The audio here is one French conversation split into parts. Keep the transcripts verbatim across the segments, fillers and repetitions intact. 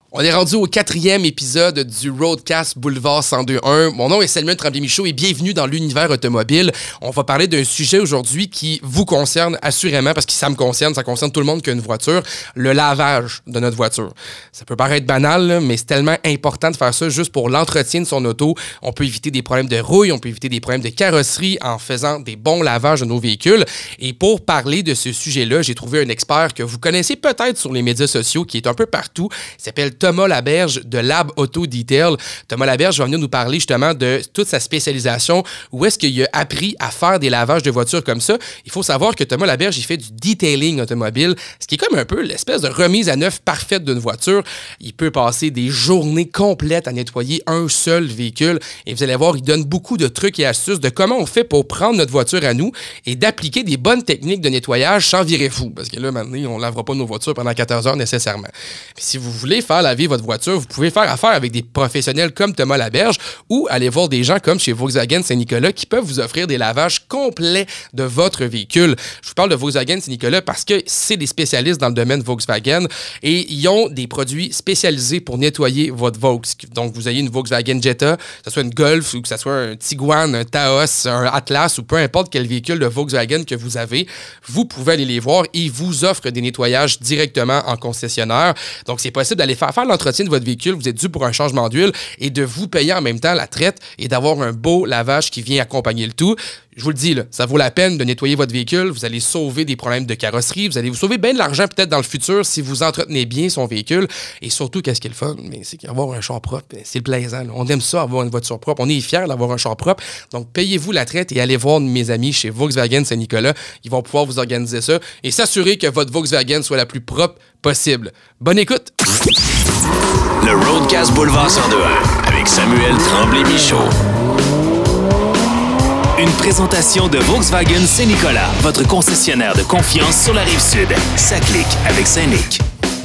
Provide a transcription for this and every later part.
On est rendu au quatrième épisode du Roadcast Boulevard cent deux point un. Mon nom est Samuel Tremblay-Michaud et bienvenue dans l'univers automobile. On va parler d'un sujet aujourd'hui qui vous concerne assurément, parce que ça me concerne, ça concerne tout le monde qui a une voiture, le lavage de notre voiture. Ça peut paraître banal, là, mais c'est tellement important de faire ça juste pour l'entretien de son auto. On peut éviter des problèmes de rouille, on peut éviter des problèmes de carrosserie en faisant des bons lavages de nos véhicules. Et pour parler de ce sujet-là, j'ai trouvé un expert que vous connaissez peut-être sur les médias sociaux, qui est un peu partout. Il s'appelle Thomas Laberge de Lab Auto Detail. Thomas Laberge va venir nous parler justement de toute sa spécialisation, où est-ce qu'il a appris à faire des lavages de voitures comme ça. Il faut savoir que Thomas Laberge, il fait du detailing automobile, ce qui est comme un peu l'espèce de remise à neuf parfaite d'une voiture. Il peut passer des journées complètes à nettoyer un seul véhicule et vous allez voir, il donne beaucoup de trucs et astuces de comment on fait pour prendre notre voiture à nous et d'appliquer des bonnes techniques de nettoyage sans virer fou. Parce que là, maintenant, on ne lavera pas nos voitures pendant quatorze heures nécessairement. Puis si vous voulez faire laver votre voiture, vous pouvez faire affaire avec des professionnels comme Thomas Laberge ou aller voir des gens comme chez Volkswagen Saint-Nicolas qui peuvent vous offrir des lavages complets de votre véhicule. Je vous parle de Volkswagen Saint-Nicolas parce que c'est des spécialistes dans le domaine Volkswagen et ils ont des produits spécialisés pour nettoyer votre Vaux. Donc, vous ayez une Volkswagen Jetta, que ce soit une Golf ou que ce soit un Tiguan, un Taos, un Atlas ou peu importe quel véhicule de Volkswagen que vous avez, vous pouvez aller les voir et ils vous offrent des nettoyages directement en concessionnaire. Donc, c'est possible d'aller faire, faire l'entretien de votre véhicule, vous êtes dû pour un changement d'huile et de vous payer en même temps la traite et d'avoir un beau lavage qui vient accompagner le tout. Je vous le dis, là, ça vaut la peine de nettoyer votre véhicule. Vous allez sauver des problèmes de carrosserie. Vous allez vous sauver bien de l'argent peut-être dans le futur si vous entretenez bien son véhicule. Et surtout, qu'est-ce qui est le fun? Mais c'est qu'avoir un char propre, c'est plaisant. Là. On aime ça, avoir une voiture propre. On est fiers d'avoir un char propre. Donc, payez-vous la traite et allez voir mes amis chez Volkswagen Saint-Nicolas. Ils vont pouvoir vous organiser ça et s'assurer que votre Volkswagen soit la plus propre possible. Bonne écoute! Le Roadcast Boulevard cent deux point un avec Samuel Tremblay-Michaud. Une présentation de Volkswagen Saint-Nicolas, votre concessionnaire de confiance sur la Rive-Sud. Ça clique avec Saint-Nic.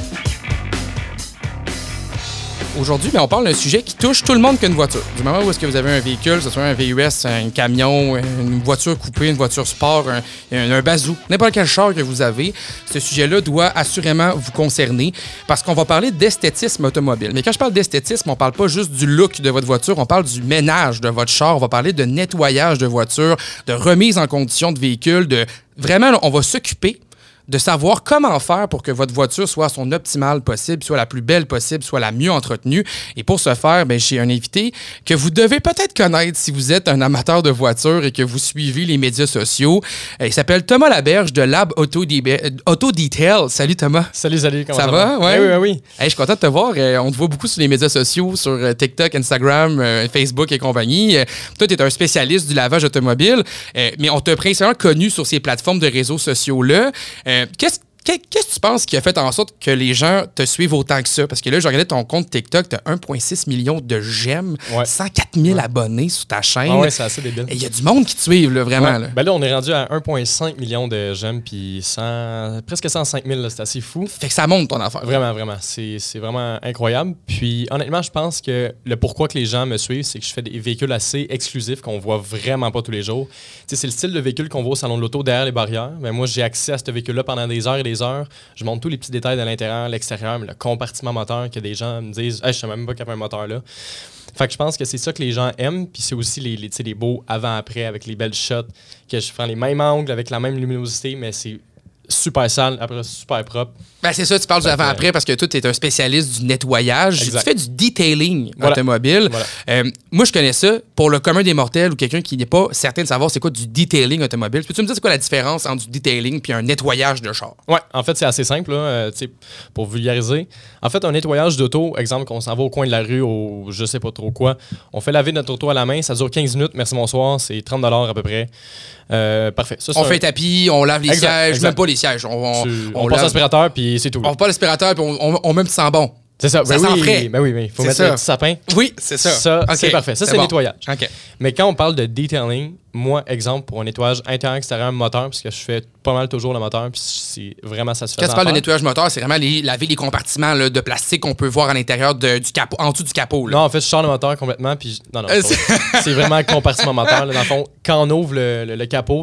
Aujourd'hui, bien, on parle d'un sujet qui touche tout le monde qui a une voiture. Du moment où est-ce que vous avez un véhicule, que ce soit un V U S, un camion, une voiture coupée, une voiture sport, un, un, un bazou, n'importe quel char que vous avez, ce sujet-là doit assurément vous concerner parce qu'on va parler d'esthétisme automobile. Mais quand je parle d'esthétisme, on parle pas juste du look de votre voiture, on parle du ménage de votre char, on va parler de nettoyage de voiture, de remise en condition de véhicule, de vraiment, là, on va s'occuper de savoir comment faire pour que votre voiture soit à son optimal possible, soit la plus belle possible, soit la mieux entretenue. Et pour ce faire, ben, j'ai un invité que vous devez peut-être connaître si vous êtes un amateur de voiture et que vous suivez les médias sociaux. Il s'appelle Thomas Laberge de Lab Auto, De- Auto Detail. Salut Thomas. Salut, salut. Comment ça, ça va? va? Ouais. Oui, oui, oui. Hey, je suis content de te voir. On te voit beaucoup sur les médias sociaux, sur TikTok, Instagram, Facebook et compagnie. Toi, tu es un spécialiste du lavage automobile, mais on t'a principalement connu sur ces plateformes de réseaux sociaux-là. Euh, qu'est-ce, qu'est-ce que tu penses qui a fait en sorte que les gens te suivent autant que ça? Parce que là, je regardais ton compte TikTok, tu as un virgule six million de j'aime, ouais. cent quatre mille ouais. abonnés sur ta chaîne. Ah ouais, c'est assez débile. Et il y a du monde qui te suit, là, vraiment. Ouais. Là. Ben là, on est rendu à un virgule cinq million de j'aime, puis cent, presque cent cinq mille, là, c'est assez fou. Fait que ça monte ton affaire. Vraiment, vraiment. C'est, c'est vraiment incroyable. Puis honnêtement, je pense que le pourquoi que les gens me suivent, c'est que je fais des véhicules assez exclusifs qu'on voit vraiment pas tous les jours. T'sais, c'est le style de véhicule qu'on voit au salon de l'auto derrière les barrières. Mais moi, j'ai accès à ce véhicule-là pendant des heures et des heures. Je montre tous les petits détails de l'intérieur, l'extérieur, mais le compartiment moteur, que des gens me disent hey, « je sais même pas qu'il y avait un moteur là ». Fait que je pense que c'est ça que les gens aiment, puis c'est aussi les, les, les beaux avant-après avec les belles shots, que je prends les mêmes angles avec la même luminosité, mais c'est super sale, après super propre. Ben c'est ça, tu parles du avant-après parce que toi, tu es un spécialiste du nettoyage. Exact. Tu fais du detailing voilà. automobile. Voilà. Euh, moi, je connais ça. Pour le commun des mortels ou quelqu'un qui n'est pas certain de savoir c'est quoi du detailing automobile, peux-tu me dire c'est quoi la différence entre du detailing et un nettoyage de char? Oui, en fait, c'est assez simple, là, euh, pour vulgariser. En fait, un nettoyage d'auto, exemple, qu'on s'en va au coin de la rue, au je sais pas trop quoi, on fait laver notre auto à la main, ça dure quinze minutes, merci, bonsoir, c'est trente dollars à peu près. Euh, parfait. Ça, on un... fait tapis, on lave les exact, sièges, exact. même pas les sièges. On, on, tu, on, on passe l'aspirateur, puis c'est tout. On passe l'aspirateur, puis on, on, on même sent bon. C'est ça. Ça ben sent oui, frais. Ben oui, oui. Il faut c'est mettre ça. le petit sapin. Oui, c'est ça. Ça, okay. c'est parfait. Ça, c'est, c'est le bon. nettoyage. Okay. Mais quand on parle de detailing, moi, exemple, pour un nettoyage intérieur-extérieur moteur, puisque je fais pas mal toujours le moteur, puis c'est vraiment satisfaisant. Quand tu parles de nettoyage moteur, c'est vraiment les, laver les compartiments là, de plastique qu'on peut voir à l'intérieur de, du capot, en dessous du capot. Là. Non, en fait, je sors le moteur complètement, puis non, non, c'est, c'est vraiment un compartiment moteur. Là. Dans le fond, quand on ouvre le, le, le capot,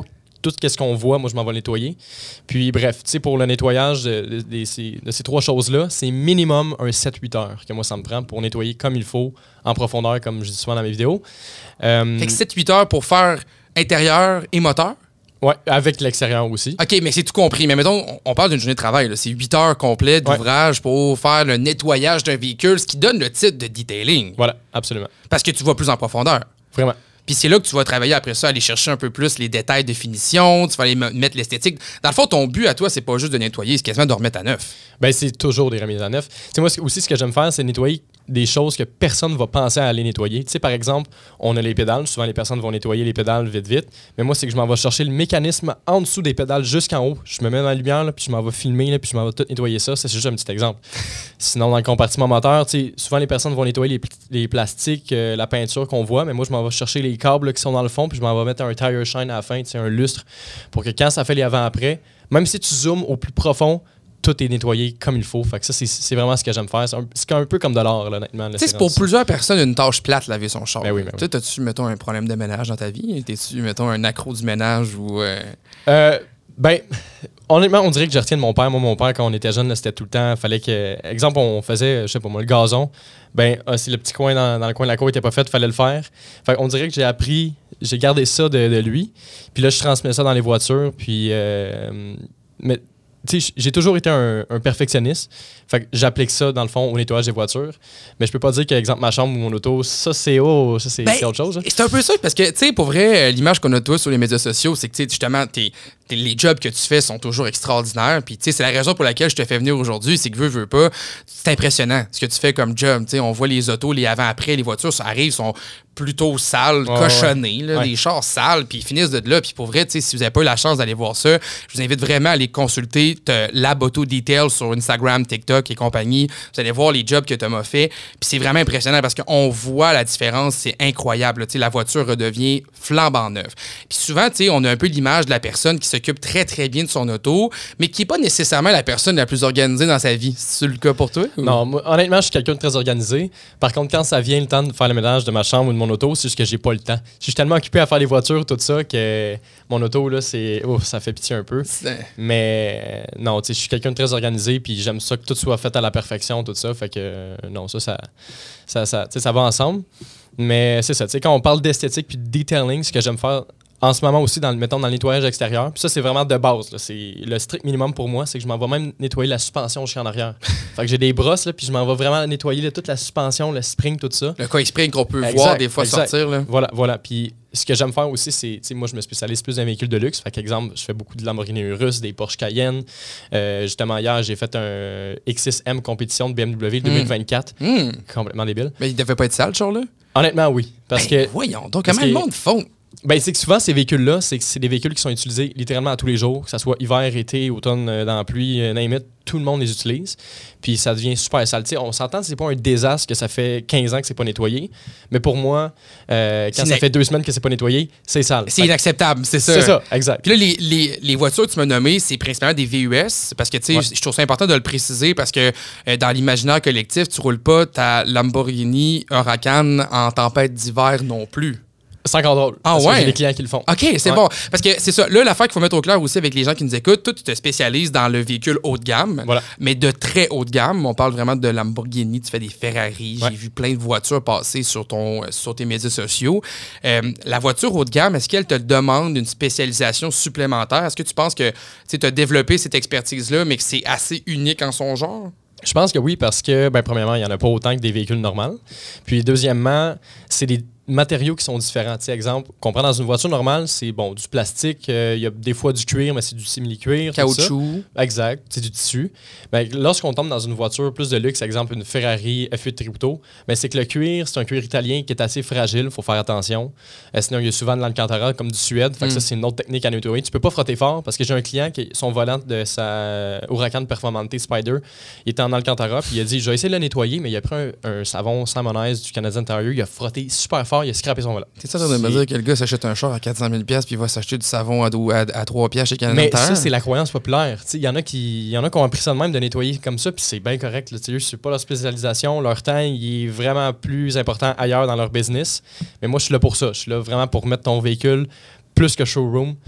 tout ce qu'on voit, moi, je m'en vais nettoyer. Puis, bref, tu sais, pour le nettoyage de, de, de, ces, de ces trois choses-là, c'est minimum un sept huit heures que moi, ça me prend pour nettoyer comme il faut, en profondeur, comme je dis souvent dans mes vidéos. Euh, fait que sept huit heures pour faire intérieur et moteur? Oui, avec l'extérieur aussi. OK, mais c'est tout compris. Mais mettons, on parle d'une journée de travail. Là. C'est huit heures complètes d'ouvrage ouais. pour faire le nettoyage d'un véhicule, ce qui donne le titre de detailing. Voilà, absolument. Parce que tu vas plus en profondeur. Vraiment. Puis c'est là que tu vas travailler après ça, aller chercher un peu plus les détails de finition, tu vas aller mettre l'esthétique. Dans le fond, ton but à toi, c'est pas juste de nettoyer, c'est quasiment de remettre à neuf. Bien, c'est toujours des remises à neuf. Tu sais, moi aussi, ce que j'aime faire, c'est nettoyer des choses que personne ne va penser à aller nettoyer. Tu sais, par exemple, on a les pédales. Souvent, les personnes vont nettoyer les pédales vite, vite. Mais moi, c'est que je m'en vais chercher le mécanisme en dessous des pédales jusqu'en haut. Je me mets dans la lumière, là, puis je m'en vais filmer, là, puis je m'en vais tout nettoyer ça. Ça, c'est juste un petit exemple. Sinon, dans le compartiment moteur, tu sais, souvent, les personnes vont nettoyer les, les plastiques, euh, la peinture qu'on voit. Mais moi, je m'en vais chercher les câbles là, qui sont dans le fond, puis je m'en vais mettre un tire shine à la fin, tu sais, un lustre, pour que quand ça fait les avant-après, même si tu zoomes au plus profond, tout est nettoyé comme il faut. Fait que ça, c'est, c'est vraiment ce que j'aime faire. C'est un, c'est un peu comme de l'art, là, honnêtement. Tu sais, c'est pour plusieurs personnes une tâche plate, laver son char. Ben oui, ben tu sais, oui. As-tu, mettons, un problème de ménage dans ta vie? T'es-tu, mettons, un accro du ménage ou... Euh... Euh, ben, honnêtement, on dirait que je retiens de mon père. Moi, mon père, quand on était jeune, là, c'était tout le temps... Fallait que... Exemple, on faisait, je sais pas moi, le gazon. Ben, ah, si le petit coin dans, dans le coin de la cour était pas fait, il fallait le faire. Fait on dirait que j'ai appris... J'ai gardé ça de, de lui. Puis là, je transmets ça dans les voitures. Puis... Euh, mais... Tu sais, j'ai toujours été un, un perfectionniste. Fait que j'applique ça, dans le fond, au nettoyage des voitures. Mais je peux pas dire que, exemple, ma chambre ou mon auto, ça, c'est oh, ça, c'est, ben, c'est autre chose. Hein. C'est un peu ça, parce que, tu sais, pour vrai, l'image qu'on a tous sur les médias sociaux, c'est que, tu sais, justement, t'es, t'es, les jobs que tu fais sont toujours extraordinaires. Puis, tu sais, c'est la raison pour laquelle je te fais venir aujourd'hui, c'est que veux, veux pas, c'est impressionnant ce que tu fais comme job. Tu sais, on voit les autos, les avant-après, les voitures, ça arrive, sont plutôt sales, ouais, cochonnés, là, ouais. des chars sales, puis ils finissent de là. Puis pour vrai, tu sais, si vous n'avez pas eu la chance d'aller voir ça, je vous invite vraiment à aller consulter Lab Auto Detail sur Instagram, TikTok et compagnie. Vous allez voir les jobs que Thomas fait. Puis c'est vraiment impressionnant parce qu'on voit la différence, c'est incroyable. Tu sais, la voiture redevient flambant neuve. Puis souvent, tu sais, on a un peu l'image de la personne qui s'occupe très, très bien de son auto, mais qui n'est pas nécessairement la personne la plus organisée dans sa vie. C'est le cas pour toi? Ou? Non, moi, honnêtement, je suis quelqu'un de très organisé. Par contre, quand ça vient le temps de faire le ménage de ma chambre ou de mon auto, c'est juste que j'ai pas le temps. Je suis tellement occupé à faire les voitures, tout ça, que mon auto, là, c'est... Oh, ça fait pitié un peu. C'est... Mais non, tu sais, je suis quelqu'un de très organisé, puis j'aime ça que tout soit fait à la perfection, tout ça. Fait que euh, non, ça, ça, ça, ça, tu sais, ça va ensemble. Mais c'est ça, tu sais, quand on parle d'esthétique puis de detailing, ce que j'aime faire en ce moment aussi, dans, mettons, dans le nettoyage extérieur, puis ça, c'est vraiment de base. Là. C'est le strict minimum pour moi, c'est que je m'en vais même nettoyer la suspension jusqu'en arrière. Fait que j'ai des brosses, là, puis je m'en vais vraiment nettoyer là, toute la suspension, le spring, tout ça. Le coin spring qu'on peut exact, voir des fois exact. sortir. Là. Voilà, voilà. Puis ce que j'aime faire aussi, c'est, tu sais, moi, je me spécialise plus dans les véhicules de luxe. Fait qu'exemple, je fais beaucoup de Lamborghini Urus, des Porsche Cayenne. Euh, justement, hier, j'ai fait un X six M compétition de B M W deux mille vingt-quatre. Mm. Complètement débile. Mais il devait pas être sale, ce genre-là? Honnêtement, oui. Parce ben, que... voyons donc, comment le monde font? Ben, c'est que souvent, ces véhicules-là, c'est que c'est des véhicules qui sont utilisés littéralement à tous les jours, que ce soit hiver, été, automne, euh, dans la pluie, euh, name it, tout le monde les utilise. Puis ça devient super sale. T'sais, on s'entend que c'est pas un désastre que ça fait quinze ans que c'est pas nettoyé. Mais pour moi, euh, quand c'est ça fait deux semaines que c'est pas nettoyé, c'est sale. C'est fait inacceptable, c'est ça. C'est ça, exact. Puis là, les, les, les voitures que tu m'as nommées, c'est principalement des V U S. Parce que, tu sais, ouais. je trouve ça important de le préciser parce que euh, dans l'imaginaire collectif, tu roules pas ta Lamborghini Huracan en tempête d'hiver non plus. C'est encore drôle. Ah parce ouais? que j'ai des clients qui le font. OK, c'est ouais. bon. Parce que c'est ça. Là, l'affaire qu'il faut mettre au clair aussi avec les gens qui nous écoutent, toi, tu te spécialises dans le véhicule haut de gamme, voilà. mais de très haut de gamme. On parle vraiment de Lamborghini, tu fais des Ferrari. Ouais. J'ai vu plein de voitures passer sur, ton, sur tes médias sociaux. Euh, la voiture haut de gamme, est-ce qu'elle te demande une spécialisation supplémentaire? Est-ce que tu penses que tu as développé cette expertise-là, mais que c'est assez unique en son genre? Je pense que oui, parce que, ben, premièrement, il n'y en a pas autant que des véhicules normaux. Puis, deuxièmement, c'est des matériaux qui sont différents. Tu sais, exemple, qu'on prend dans une voiture normale, c'est bon, du plastique, il euh, y a des fois du cuir, mais c'est du simili-cuir. Caoutchouc. Exact, c'est du tissu. Ben, lorsqu'on tombe dans une voiture plus de luxe, exemple une Ferrari F huit Tributo, ben, c'est que le cuir, c'est un cuir italien qui est assez fragile, il faut faire attention. Euh, sinon, il y a souvent de l'Alcantara comme du Suède, fait que mm. ça, c'est une autre technique à nettoyer. Tu peux pas frotter fort parce que j'ai un client qui, son volant de sa Huracan Performante Spider, il était en Alcantara, puis il a dit, je vais essayer de le nettoyer, mais il a pris un, un savon Salmonnaise du Canadien Tire, il a frotté super fort, il a scrappé son volant. T'es ça de me dire que le gars s'achète un char à quatre cent mille dollars puis il va s'acheter du savon à, à, à trois dollars chez Canadien Tire? Mais ça, c'est la croyance populaire. Il y en a qui y en a qui ont appris ça de même, de nettoyer comme ça, puis c'est bien correct. Là. Eux, c'est pas leur spécialisation. Leur temps, il est vraiment plus important ailleurs dans leur business. Mais moi, je suis là pour ça. Je suis là vraiment pour mettre ton véhicule plus que showroom.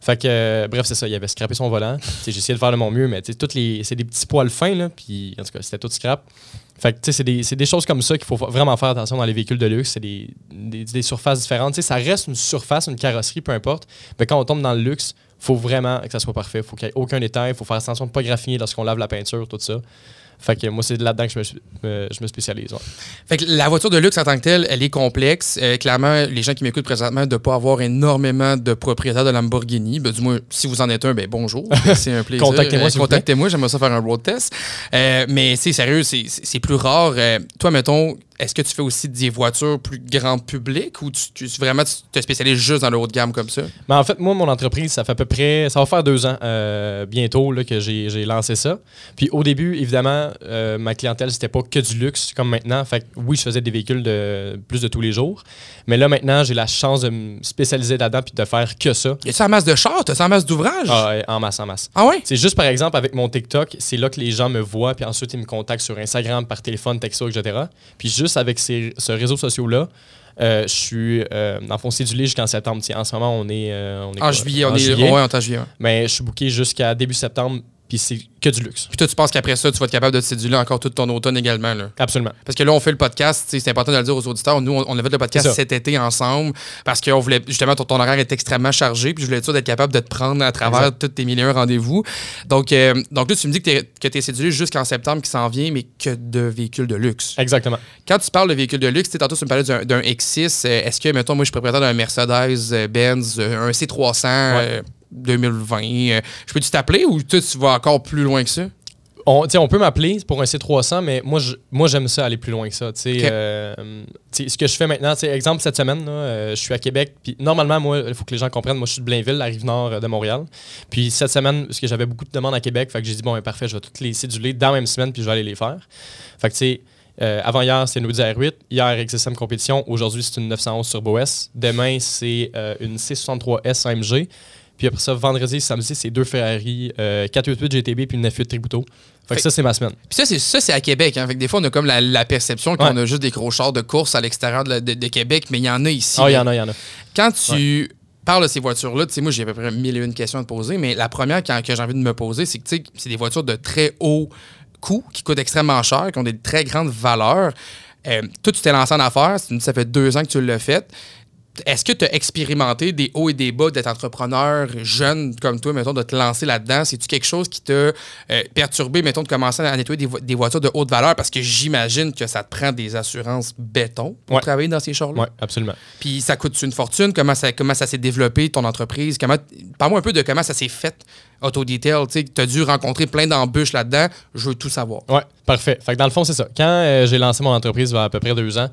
Fait que, euh, bref, c'est ça. Il avait scrappé son volant. J'ai essayé de faire de mon mieux, mais toutes les, c'est des petits poils fins, là. Puis, en tout cas, c'était tout scrap. Fait que, tu sais, c'est des, c'est des choses comme ça qu'il faut vraiment faire attention dans les véhicules de luxe. C'est des, des, des surfaces différentes. Tu sais, ça reste une surface, une carrosserie, peu importe. Mais quand on tombe dans le luxe, il faut vraiment que ça soit parfait. Il faut qu'il n'y ait aucun détail. Il faut faire attention de ne pas graffiner lorsqu'on lave la peinture, tout ça. Fait que moi, c'est là-dedans que je me, euh, je me spécialise. Ouais. Fait que la voiture de luxe en tant que telle, elle est complexe. Euh, clairement, les gens qui m'écoutent présentement de ne pas avoir énormément de propriétaires de Lamborghini. Ben, du moins, si vous en êtes un, ben bonjour. C'est un plaisir. Contactez-moi, euh, Contactez-moi, j'aimerais ça faire un road test. Euh, mais c'est sérieux, c'est, c'est plus rare. Euh, toi, mettons, est-ce que tu fais aussi des voitures plus grand public ou tu, tu vraiment tu te spécialises juste dans le haut de gamme comme ça? Ben, en fait, moi, mon entreprise, ça fait à peu près... Ça va faire deux ans euh, bientôt là, que j'ai, j'ai lancé ça. Puis au début, évidemment, euh, ma clientèle, c'était pas que du luxe comme maintenant. Fait que oui, je faisais des véhicules de plus de tous les jours. Mais là, maintenant, j'ai la chance de me spécialiser là-dedans puis de faire que ça. Y a-tu en masse de chars? T'as-tu en masse d'ouvrages? Ah, en masse, en masse. Ah ouais? C'est juste, par exemple, avec mon TikTok, c'est là que les gens me voient puis ensuite, ils me contactent sur Instagram, par téléphone, texto, et cetera. Puis juste avec ces, ce réseau social-là, Euh, je suis, euh, dans le fond, cédulé jusqu'en septembre. T'sais, en ce moment, on est... Euh, on est en quoi? juillet, on en est... juillet. Ouais, on est en juillet. Ouais. Mais je suis booké jusqu'à début septembre, puis c'est que du luxe. Puis toi, tu penses qu'après ça, tu vas être capable de te céduler encore tout ton automne également, là? Absolument. Parce que là, on fait le podcast, c'est important de le dire aux auditeurs. Nous, on, on a fait le podcast cet été ensemble parce qu'on voulait, justement, ton, ton horaire est extrêmement chargé, puis je voulais être sûr d'être capable de te prendre à travers exact. Tous tes mille et un rendez-vous. Donc, euh, donc là, tu me dis que tu es cédulé jusqu'en septembre qui s'en vient, mais que de véhicules de luxe. Exactement. Quand tu parles de véhicules de luxe, tantôt, tu me parlais d'un, d'un X six. Euh, est-ce que, mettons, moi, je suis propriétaire d'un Mercedes-Benz, euh, un C trois cents... Ouais. Euh, deux mille vingt. Euh, je peux-tu t'appeler ou toi, tu vas encore plus loin que ça? On, on peut m'appeler pour un C trois cents, mais moi, je, moi j'aime ça aller plus loin que ça. Okay. Euh, ce que je fais maintenant, exemple, cette semaine, là, euh, je suis à Québec. Puis normalement, moi, il faut que les gens comprennent, moi, je suis de Blainville, la rive nord de Montréal. Puis cette semaine, parce que j'avais beaucoup de demandes à Québec, fait que j'ai dit, bon, ben, parfait, je vais toutes les céduler dans la même semaine, puis je vais aller les faire. Fait que, tu sais, Euh, avant hier, c'est une Audi R huit. Hier, X S M Compétition. Aujourd'hui, c'est une neuf cent onze Turbo S. Demain, c'est euh, une C soixante-trois S A M G. Puis après ça, vendredi et samedi, c'est deux Ferrari euh, quatre cent quatre-vingt-huit G T B puis une F huit Tributo. Fait, fait que ça, c'est ma semaine. Puis ça, c'est, ça, c'est à Québec. Hein? Fait que des fois, on a comme la, la perception qu'on ouais. a juste des gros chars de course à l'extérieur de, de, de Québec, mais il y en a ici. Ah, il y en a, il y en a. Quand tu ouais. parles de ces voitures-là, tu sais, moi, j'ai à peu près mille et une questions à te poser, mais la première que, que j'ai envie de me poser, c'est que tu sais, c'est des voitures de très haut coût, qui coûtent extrêmement cher, qui ont des très grandes valeurs. Euh, toi, tu t'es lancé en affaires, ça fait deux ans que tu l'as fait. Est-ce que tu as expérimenté des hauts et des bas d'être entrepreneur jeune comme toi, mettons, de te lancer là-dedans? C'est-tu quelque chose qui t'a euh, perturbé, mettons, de commencer à nettoyer des, vo- des voitures de haute valeur? Parce que j'imagine que ça te prend des assurances béton pour ouais. travailler dans ces chars-là. Oui, absolument. Puis ça coûte une fortune? Comment ça, comment ça s'est développé, ton entreprise? Comment, parle-moi un peu de comment ça s'est fait, Autodetail. Tu as dû rencontrer plein d'embûches là-dedans. Je veux tout savoir. Oui, parfait. Fait que dans le fond, c'est ça. Quand euh, j'ai lancé mon entreprise il y a à peu près deux ans,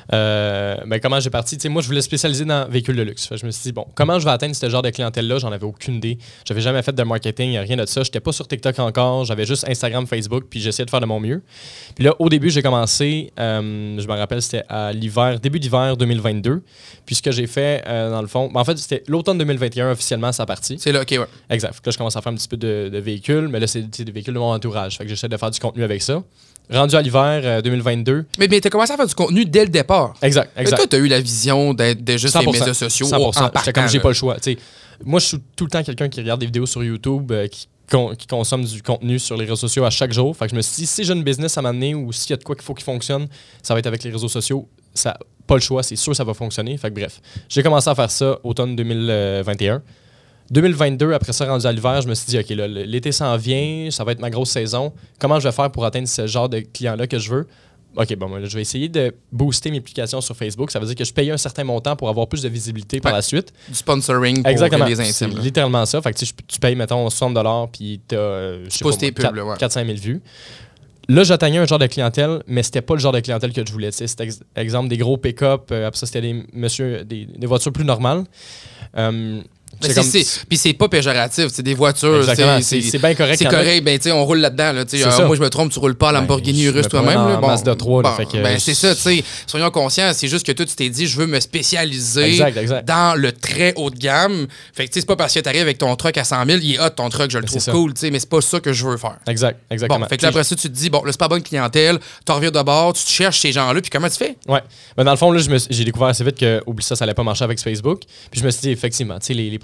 euh, ben, comment j'ai parti? Moi, je voulais spécialiser dans véhicules de luxe. Fait que je me suis dit, bon, comment je vais atteindre ce genre de clientèle-là? J'en avais aucune idée. J'avais jamais fait de marketing, rien de ça. J'étais pas sur TikTok encore. J'avais juste Instagram, Facebook, puis j'essayais de faire de mon mieux. Puis là, au début, j'ai commencé, euh, je me rappelle, c'était à l'hiver, début d'hiver deux mille vingt-deux. Puis ce que j'ai fait, euh, dans le fond, ben, en fait, c'était l'automne deux mille vingt et un officiellement, ça partie. C'est là, OK, ouais. Exact. Fait que là, je commence à faire un petit peu de, de véhicules, mais là, c'est, c'est des véhicules de mon entourage. Fait que j'essaie de faire du contenu avec ça. Rendu à l'hiver euh, deux mille vingt-deux. Mais, mais tu as commencé à faire du contenu dès le départ. Exact, exact. Mais toi, tu as eu la vision d'être de juste les médias sociaux cent pour cent. en partant. C'est comme j'ai pas le choix. T'sais, moi, je suis tout le temps quelqu'un qui regarde des vidéos sur YouTube, euh, qui, con, qui consomme du contenu sur les réseaux sociaux à chaque jour. Fait que je me suis dit, si j'ai une business à m'amener ou s'il y a de quoi qu'il faut qu'il fonctionne, ça va être avec les réseaux sociaux. Ça, pas le choix, c'est sûr que ça va fonctionner. Fait que bref, j'ai commencé à faire ça automne deux mille vingt et un. deux mille vingt-deux, après ça, rendu à l'hiver, je me suis dit, OK, là, l'été s'en vient, ça va être ma grosse saison. Comment je vais faire pour atteindre ce genre de client-là que je veux? OK, bon, là, je vais essayer de booster mes publications sur Facebook. Ça veut dire que je paye un certain montant pour avoir plus de visibilité ouais. par la suite. Du sponsoring pour exactement. Les intimes. C'est littéralement ça. Fait que tu, tu payes, mettons, soixante dollars puis tu as, je sais pas, tes pubs, là, ouais. quatre à cinq mille vues. Là, j'atteignais un genre de clientèle, mais c'était pas le genre de clientèle que je voulais. T'sais. C'était ex- exemple des gros pick-up. Euh, après ça, c'était des, monsieur, des, des voitures plus normales. Euh, C'est comme... c'est, puis c'est pas péjoratif, c'est des voitures. C'est, c'est, c'est bien correct. C'est correct, ben, on roule là-dedans. Là, euh, moi, je me trompe, tu roules pas à Lamborghini ben, Urus toi-même. Là, bon, Mazda trois. Là, bon, fait que, ben, c'est ça, soyons conscients. C'est juste que toi, tu t'es dit, je veux me spécialiser exact, exact. dans le très haut de gamme. Fait que c'est pas parce que t'arrives avec ton truck à cent mille, il est hot ton truck, je le ben, trouve cool, mais c'est pas ça que je veux faire. Exact, exactement. Bon, fait que là, après ça, tu te dis, bon, là, c'est pas bonne clientèle, tu reviens de bord, tu te cherches ces gens-là, puis comment tu fais? Ouais. Ben, dans le fond, là, je me, j'ai découvert assez vite que, oublie ça, ça allait pas marcher avec Facebook. Puis je me suis dit, effectivement, les, les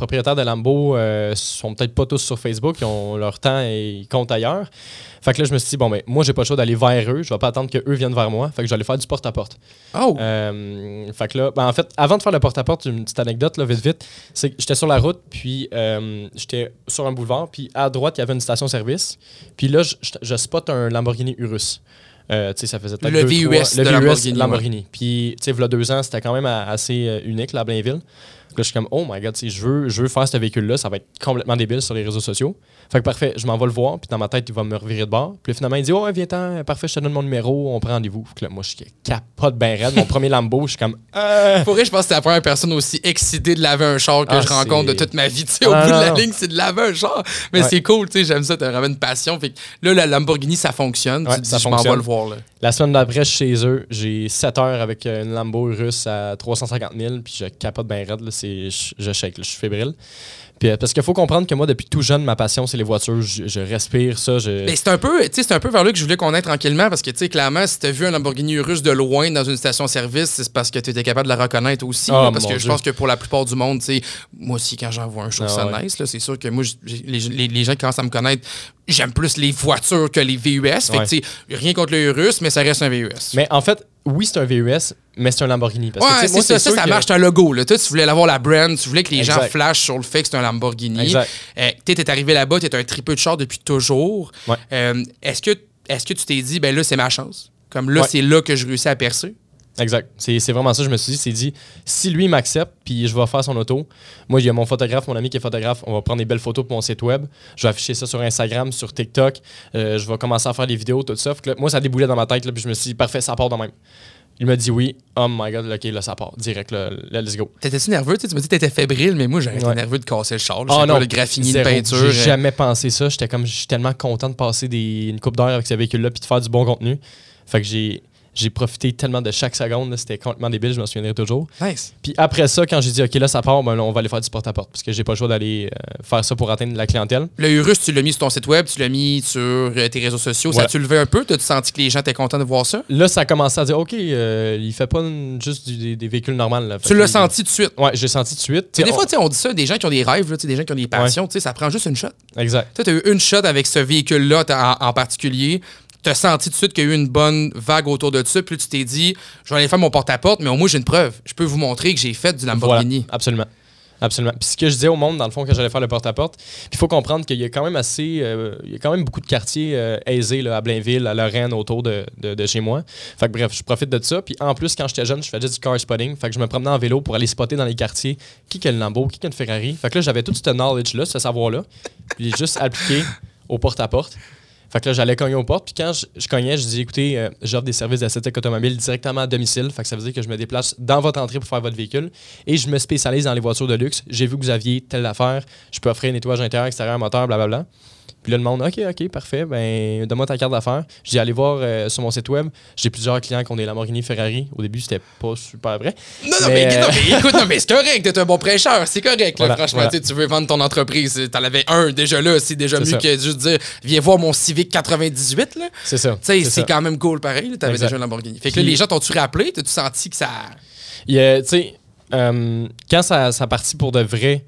propriétaires de Lambo euh, sont peut-être pas tous sur Facebook, ils ont leur temps et ils comptent ailleurs. Fait que là, je me suis dit, bon, ben, moi, j'ai pas le choix d'aller vers eux. Je vais pas attendre qu'eux viennent vers moi. Fait que je vais aller faire du porte-à-porte. Oh! Euh, fait que là, ben, en fait, avant de faire le porte-à-porte, une petite anecdote, là, vite, vite, c'est que j'étais sur la route, puis euh, j'étais sur un boulevard, puis à droite, il y avait une station-service. Puis là, je, je, je spot un Lamborghini Urus. Euh, tu sais, ça faisait peut-être le deux, V U S trois, de le V U S Lamborghini. Lamborghini. Ouais. Puis, tu sais, il y a deux ans, c'était quand même assez euh, unique, là, à Blainville. Là, je suis comme, oh my god, je veux, je veux faire ce véhicule-là, ça va être complètement débile sur les réseaux sociaux. Fait que parfait, je m'en vais le voir, puis dans ma tête, il va me revirer de bord. Puis là, finalement, il dit, oh, viens-t'en, parfait, je te donne mon numéro, on prend rendez-vous. Fait que là, moi, je suis capote ben raide. Mon premier Lambo, je suis comme, euh... Pour vrai, je pense que c'est la première personne aussi excitée de laver un char que Ah, je rencontre c'est... de toute ma vie. Tu sais, au Ah, bout non, de la non. ligne, c'est de laver un char. Mais Ouais. c'est cool, tu sais, j'aime ça, t'as vraiment une passion. Fait que là, la Lamborghini, ça fonctionne. Ouais, tu te ça dis, je m'en vais fonctionne. le voir, là. La semaine d'après, je suis chez eux, j'ai sept heures avec une Lambo russe à trois cent cinquante mille, puis je capote ben raide, là, c'est, je, je shake, là, je suis fébrile. Puis, euh, parce qu'il faut comprendre que moi, depuis tout jeune, ma passion, c'est les voitures. Je, je respire ça. Je... Mais c'est un peu, tu sais, c'est un peu vers là que je voulais qu'on aille tranquillement parce que, tu sais, clairement, si t'as vu un Lamborghini Urus de loin dans une station-service, c'est parce que tu étais capable de la reconnaître aussi. Oh, là, parce mon que je Dieu. pense que pour la plupart du monde, tu sais, moi aussi, quand j'en vois un, je trouve Ah, ça ouais. nice. Là, c'est sûr que moi, j'ai- les, les, les gens qui commencent à me connaître, j'aime plus les voitures que les V U S. Fait Ouais. que, tu sais, rien contre le Urus, mais ça reste un V U S. Mais en fait, oui, c'est un V U S, mais c'est un Lamborghini. Parce que, Ouais, tu sais, c'est moi, ça, ça, sûr ça que- marche, c'est un logo. Là. Toi, tu voulais avoir la brand, tu voulais que les gens Exact. flashent sur le fait que c'est un Lamborghini. Exact. Euh, tu es arrivé là-bas, tu es un tripeux de char depuis toujours. Ouais. Euh, est-ce que, est-ce que tu t'es dit, ben là, c'est ma chance? Comme là, Ouais. c'est là que je réussis à percer? Exact. C'est, c'est vraiment ça. Je me suis dit, c'est dit, si lui m'accepte, puis je vais faire son auto, moi, il y a mon photographe, mon ami qui est photographe, on va prendre des belles photos pour mon site web. Je vais afficher ça sur Instagram, sur TikTok. Euh, je vais commencer à faire des vidéos, tout ça. Fait que là, moi, ça déboulait dans ma tête, là, puis je me suis dit, parfait, ça part de même. Il m'a dit oui. Oh my god, OK, là, ça part. Direct, là, là, let's go. T'étais-tu nerveux? Tu sais, tu me dis que t'étais fébrile, mais moi, j'aurais été Ouais. nerveux de casser le char. là. Je Ah sais non, pas, le graffini de zéro. peinture. J'ai euh, jamais pensé ça. J'étais comme, je suis tellement content de passer des, une coupe d'heure avec ce véhicule-là puis de faire du bon contenu. Fait que j'ai, j'ai profité tellement de chaque seconde. Là. C'était complètement débile, je m'en souviendrai toujours. Nice. Puis après ça, quand j'ai dit, OK, là, ça part, ben là, on va aller faire du porte-à-porte parce que j'ai pas le choix d'aller euh, faire ça pour atteindre la clientèle. Le Urus, tu l'as mis sur ton site web, tu l'as mis sur euh, tes réseaux sociaux. Ça Voilà. a-tu levé un peu? T'as-tu senti que les gens étaient contents de voir ça? Là, ça a commencé à dire, OK, euh, il fait pas une- juste du- des, des véhicules normaux. Là. Fait Tu que l'as il- senti tout de suite. Ouais, j'ai senti tout de suite. Tu sais, des on- fois, tu sais, on dit ça, des gens qui ont des rêves, là, tu sais, des gens qui ont des passions, tu sais, ça prend juste une shot. Exact. Tu as eu une shot avec ce véhicule-là t'as- en, en particulier. Tu as senti tout de suite qu'il y a eu une bonne vague autour de ça. Puis là, tu t'es dit, je vais aller faire mon porte-à-porte, mais au moins, j'ai une preuve. Je peux vous montrer que j'ai fait du Lamborghini. Voilà, absolument. Absolument. Puis ce que je disais au monde, dans le fond, quand j'allais faire le porte-à-porte, puis il faut comprendre qu'il y a quand même assez. euh, il y a quand même beaucoup de quartiers euh, aisés là, à Blainville, à Lorraine, autour de, de, de chez moi. Fait que bref, je profite de ça. Puis en plus, quand j'étais jeune, je faisais du car spotting. Fait que je me promenais en vélo pour aller spotter dans les quartiers qui a le Lambo, qui a une Ferrari. Fait que là, j'avais tout ce knowledge-là, ce savoir-là. Puis juste appliqué au porte-à-porte. Fait que là, j'allais cogner aux portes. Puis quand je, je cognais, je dis écoutez, euh, j'offre des services d'esthétique automobile directement à domicile. Fait que ça veut dire que je me déplace dans votre entrée pour faire votre véhicule. Et je me spécialise dans les voitures de luxe. J'ai vu que vous aviez telle affaire. Je peux offrir nettoyage intérieur, extérieur, moteur, blablabla. Puis là, le monde, OK, OK, parfait. Ben, donne-moi ta carte d'affaires. J'ai allé voir euh, sur mon site web. J'ai plusieurs clients qui ont des Lamborghini Ferrari. Au début, c'était pas super vrai. Non, non, mais, Mais, non, euh, mais écoute, non, mais c'est correct, t'es un bon prêcheur, c'est correct, là, Voilà, franchement, voilà. tu sais, tu veux vendre ton entreprise, t'en avais un déjà là, c'est déjà C'est mieux ça. que juste dire, viens voir mon Civic quatre-vingt-dix-huit, là. C'est ça. Tu sais, c'est c'est ça. quand même cool pareil, là, t'avais Exact. déjà un Lamborghini. Fait que là, Puis- les gens t'ont-tu rappelé, t'as-tu senti que ça... Il y a, tu sais, euh, quand ça, ça partit pour de vrai,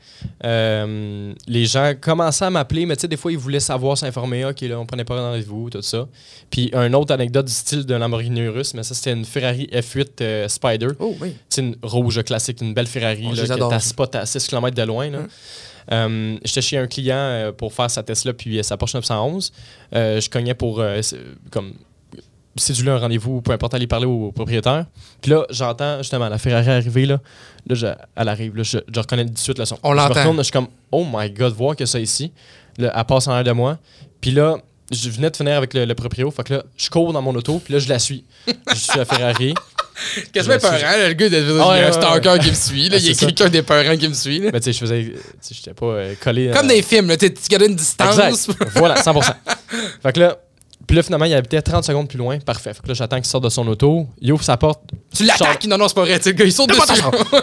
euh, les gens commençaient à m'appeler, mais tu sais, des fois, ils voulaient savoir, s'informer. OK, là, on prenait pas un rendez-vous, tout ça. Puis, une autre anecdote du style d'un Lamborghini Urus, mais ça, c'était une Ferrari F huit euh, Spider. Oh, oui. C'est une rouge classique, une belle Ferrari, Oh, je là, les que adore. t'as spot à six kilomètres de loin. Là. Hum. Euh, J'étais chez un client euh, pour faire sa Tesla puis euh, sa Porsche neuf cent onze. Euh, je cognais pour euh, c'est- comme céduler un rendez-vous, peu importe, aller parler au propriétaire. Puis là, j'entends justement la Ferrari arriver. Là, là je- elle arrive. Là, je, je reconnais tout de suite le son. On je me l'entend. retourne, je suis comme, oh my god, voir que ça ici. Là, elle passe en l'air de moi. Puis là, je venais de finir avec le, le proprio. Fait que là, je cours dans mon auto. Puis là, je la suis. je suis à Ferrari. Quasiment Je- épeurant, là, le gars, il y a Ah, un ouais, ouais, stalker ouais. qui me suit, là, Ah, il y a c'est ça. quelqu'un d'épeurant qui me suit, là. Mais tu sais, je faisais. Tu sais, j'étais pas euh, collé. Comme euh, dans les films, là, tu tu gardais une distance. Exact. Voilà, cent pour cent. Fait que là, puis là, finalement, il habitait trente secondes plus loin. Parfait. Fait que là, j'attends qu'il sorte de son auto. Il ouvre sa porte. Tu l'attaques, non, non, c'est pas vrai, tu sais, le gars, il saute dessus.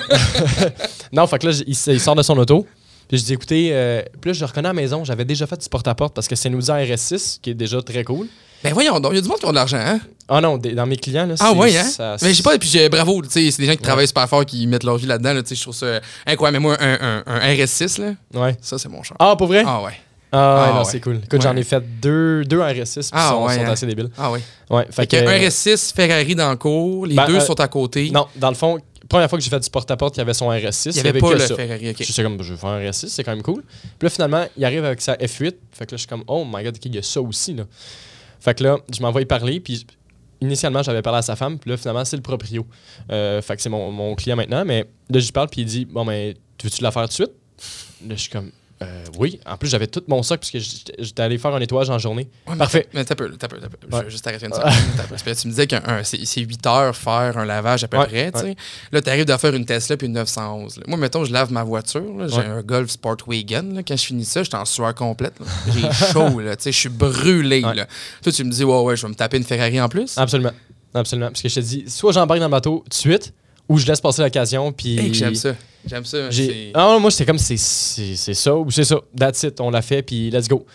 Non, fait que là, j- il, s- il sort de son auto. Puis je dis, écoutez, euh, puis là, je le reconnais à la maison. J'avais déjà fait du porte-à-porte parce que c'est une Audi R S six, qui est déjà très cool. Ben voyons donc, il y a du monde qui a de l'argent, hein? Ah non, des- dans mes clients, là, Ah c'est- ouais, hein? ça- Mais je sais pas, et puis j'ai- bravo, tu sais, c'est des gens qui Ouais. travaillent super fort, qui mettent leur vie là-dedans, là, tu sais, je trouve ça incroyable. Mais moi, un, un, un R S six, là, Ouais. ça, c'est mon champ. Ah, pour vrai? Ah ouais. Ah, ouais, Ah, non, ouais. c'est cool. Écoute, j'en Ouais. ai fait deux, deux R S six, puis Ah, sont, ouais, sont hein. assez débiles. Ah ouais. Ouais, Fait qu'un que- R S six, Ferrari dans le cours, les Ben, deux euh, sont à côté. Non, dans le fond, première fois que j'ai fait du porte-à-porte, il y avait son R S six. Il n'y avait pas que le ça. Ferrari, ok. Je suis comme, je vais faire un R S six, c'est quand même cool. Puis là, finalement, il arrive avec sa F huit. Fait que là, je suis comme, oh my god, ok, il y a ça aussi, là. Fait que là, je m'envoie y parler, puis initialement, j'avais parlé à sa femme, puis là, finalement, c'est le proprio. Euh, fait que c'est mon, mon client maintenant, mais là, j'y parle, puis il dit, bon, ben, veux-tu la faire tout de suite? Là, je suis comme, euh, oui. En plus, j'avais tout mon sac, parce que j'étais j'étais allé faire un nettoyage en journée. Ouais, mais Parfait. Mais t'as peu, t'as peu, t'as peu. Je Ouais. vais juste t'arrêter une seconde. t'as peu. Parce que tu me disais que c'est huit heures faire un lavage à peu Ouais, près, tu sais. ouais. Là, t'arrives de faire une Tesla puis une neuf cent onze. là. Moi, mettons, je lave ma voiture, là, j'ai Ouais. un Golf Sportwagon. Là. Quand je finis ça, j'étais en sueur complète. là. J'ai chaud, là, tu sais, je suis brûlé. Ouais. Là. Toi, tu me dis, ouais, ouais, je vais me taper une Ferrari en plus. Absolument. Absolument. Parce que je te dis, soit j'embarque dans le bateau tout de suite, ou je laisse passer l'occasion, puis... Hey, que j'aime ça. J'aime ça. J'ai... c'est- Ah, non, moi, c'était comme, c'est, c'est, c'est ça ou c'est ça. That's it, on l'a fait, puis let's go.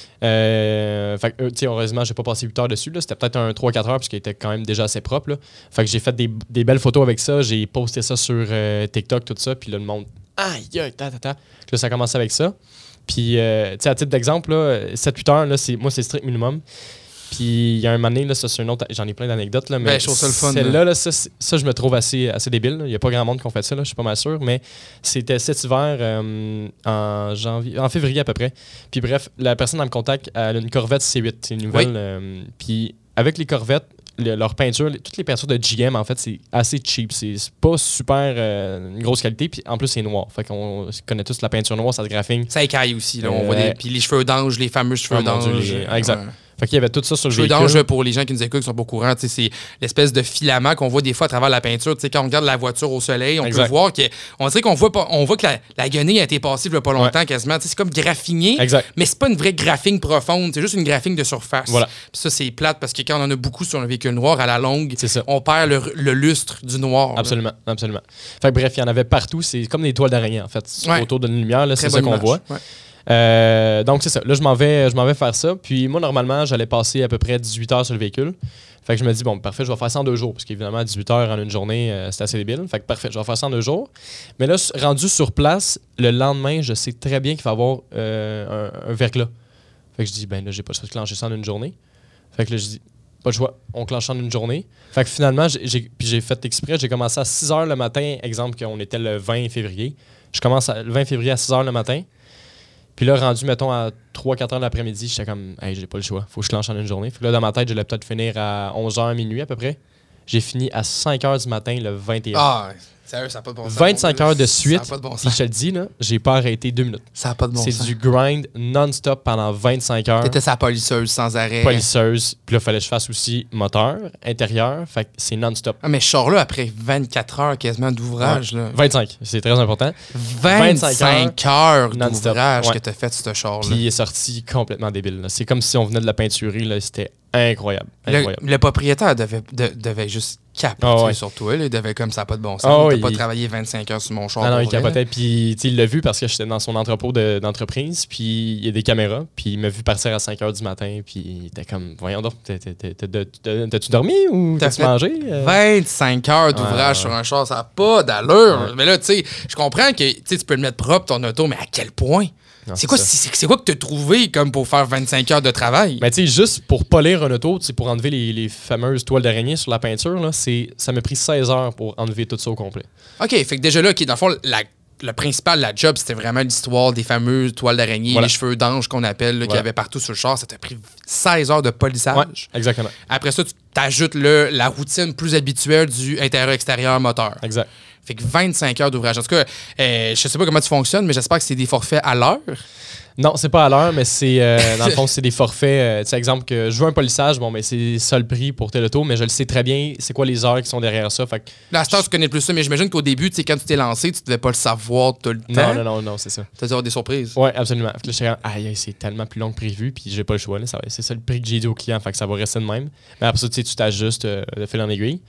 Euh, fait que, euh, tu sais, heureusement, j'ai pas passé huit heures dessus. Là. C'était peut-être un trois quatre heures, parce qu'il était quand même déjà assez propre. Là. Fait que j'ai fait des, des belles photos avec ça. J'ai posté ça sur euh, TikTok, tout ça. Puis là, le monde, aïe, aïe, ta, ta, ta. Puis là, ça a commencé avec ça. Puis, euh, tu sais, à titre d'exemple, là, sept huit heures, là, c'est, moi, c'est strict minimum. Puis il y a un moment donné, là, ça c'est une autre, j'en ai plein d'anecdotes, là, mais Ben, je trouve ça le fun, celle-là, là, ça, c'est- ça, je me trouve assez, assez débile. là. Il n'y a pas grand monde qui ont fait ça, là, je suis pas mal sûr, mais c'était cet hiver, euh, en janvier, en février à peu près. Puis bref, la personne dans le contact, elle a une Corvette C huit, c'est une nouvelle. Oui. euh, puis avec les Corvettes, le- leur peinture, les- toutes les peintures de G M, en fait, c'est assez cheap. C'est c'est pas super euh, une grosse qualité, puis en plus, c'est noir. Fait qu'on connaît tous la peinture noire, ça se graphine. Ça écaille aussi. Là. On Euh, voit des... Puis les cheveux d'ange, les fameux cheveux Oh mon Dieu, d'ange. les- ah, exact. Ouais. Fait qu'il y avait tout ça sur le Cheveux véhicule. d'ange, pour les gens qui nous écoutent, qui sont pas au courant, tu sais, c'est l'espèce de filament qu'on voit des fois à travers la peinture. Tu sais, quand on regarde la voiture au soleil, on Exact. peut voir que, on dirait qu'on voit pas, on voit que la, la guenille a été passée il y a pas longtemps quasiment. Tu sais, c'est comme graffiné, Exact. mais c'est pas une vraie graphing profonde, c'est juste une graphing de surface. Voilà. Puis ça, c'est plate parce que quand on en a beaucoup sur un véhicule noir, à la longue, C'est ça. on perd le, le lustre du noir. là. Absolument, absolument. Fait que bref, il y en avait partout. C'est comme des toiles d'araignée, en fait. Ouais. Autour d'une lumière, là, Très c'est ça bonne qu'on image. voit. Ouais. Euh, donc, c'est ça. Là, je m'en vais, je m'en vais faire ça. Puis moi, normalement, j'allais passer à peu près dix-huit heures sur le véhicule. Fait que je me dis, bon, parfait, je vais faire ça en deux jours. Parce qu'évidemment, dix-huit heures en une journée, euh, c'est assez débile. Fait que parfait, je vais faire ça en deux jours. Mais là, s- rendu sur place, le lendemain, je sais très bien qu'il va y avoir euh, un, un verglas. Fait que je dis, ben là, j'ai pas le choix de clencher ça en une journée. Fait que là, je dis, pas de choix, on clenche ça en une journée. Fait que finalement, j'ai, j'ai- puis j'ai fait exprès, j'ai commencé à six heures le matin, exemple qu'on était le vingt février. Je commence à- le vingt février à six heures le matin. Puis là, rendu, mettons, à trois quatre heures de l'après-midi, j'étais comme, hey, j'ai pas le choix, faut que je clenche en une journée. Fait que là, dans ma tête, j'allais peut-être finir à onze heures, minuit à peu près. J'ai fini à cinq heures du matin le vingt et un. Ah, sérieux, ça n'a pas de bon sens. vingt-cinq heures de Ça suite. n'a pas de bon Puis sens. je te le dis, là, j'ai pas arrêté deux minutes. Ça n'a pas de bon C'est sens. du grind non-stop pendant vingt-cinq heures. T'étais sa polisseuse sans arrêt. Polisseuse. Puis là, il fallait que je fasse aussi moteur, intérieur. Fait que c'est non-stop. Ah, mais je sors là après vingt-quatre heures quasiment d'ouvrage. là. vingt-cinq, c'est très important. vingt-cinq heures non-stop. d'ouvrage Ouais. que t'as fait ce char-là. Puis il est sorti complètement débile. là. C'est comme si on venait de la peinturer. Là. C'était incroyable. Le, incroyable. le propriétaire devait, de- devait juste capoter Ah ouais. sur toi. là. Il devait comme ça, pas de bon sens. Ah T'as ouais, pas il- travaillé vingt-cinq heures sur mon char. Ah non, pour il vrai, capotait. Puis tu sais, il l'a vu parce que j'étais dans son entrepôt de- d'entreprise. Puis il y a des caméras. Puis il m'a vu partir à cinq heures du matin. Puis il était comme, voyons donc, t'as- t'as- t'as- t'as- t'as- t'as-tu dormi ou T'as t'as-tu fait mangé? Euh, vingt-cinq heures d'ouvrage Ouais, sur un char, ça n'a pas d'allure. Ouais. Mais là, tu sais, je comprends que tu sais, tu peux le mettre propre ton auto, mais à quel point? non, C'est quoi, ça. c'est, c'est quoi que tu as trouvé comme pour faire vingt-cinq heures de travail? Mais tu sais, juste pour polir un auto, tu sais, pour enlever les, les fameuses toiles d'araignée sur la peinture, là, c'est, ça m'a pris seize heures pour enlever tout ça au complet. OK, fait que déjà là, OK, dans le fond, la, le principal, la job, c'était vraiment l'histoire des fameuses toiles d'araignée, Voilà. les cheveux d'ange qu'on appelle, là, qu'il y Voilà. avait partout sur le char. Ça t'a pris seize heures de polissage. Ouais, exactement. Après ça, tu t'ajoutes le, la routine plus habituelle du intérieur-extérieur moteur. Exact. Fait que vingt-cinq heures d'ouvrage. En tout cas, euh, je sais pas comment tu fonctionnes, mais j'espère que c'est des forfaits à l'heure. Non, c'est pas à l'heure, mais c'est euh, dans le fond, c'est des forfaits. Euh, tu sais, exemple, que je veux un polissage, bon, mais c'est ça le prix pour tel auto, mais je le sais très bien, c'est quoi les heures qui sont derrière ça. Fait que, Là, à ce temps, tu connais plus ça, mais j'imagine qu'au début, tu sais, quand tu t'es lancé, tu devais pas le savoir tout le temps. non, non, non, non, c'est ça. Tu as des surprises. Ouais, absolument. Fait que là, j'étais comme, aïe, aïe, c'est tellement plus long que prévu, puis j'ai pas le choix. Là, ça va- c'est ça le prix que j'ai dit au client, fait que ça va rester de même. Mais après ça, tu sais, tu t'ajustes euh, de fil en aiguille.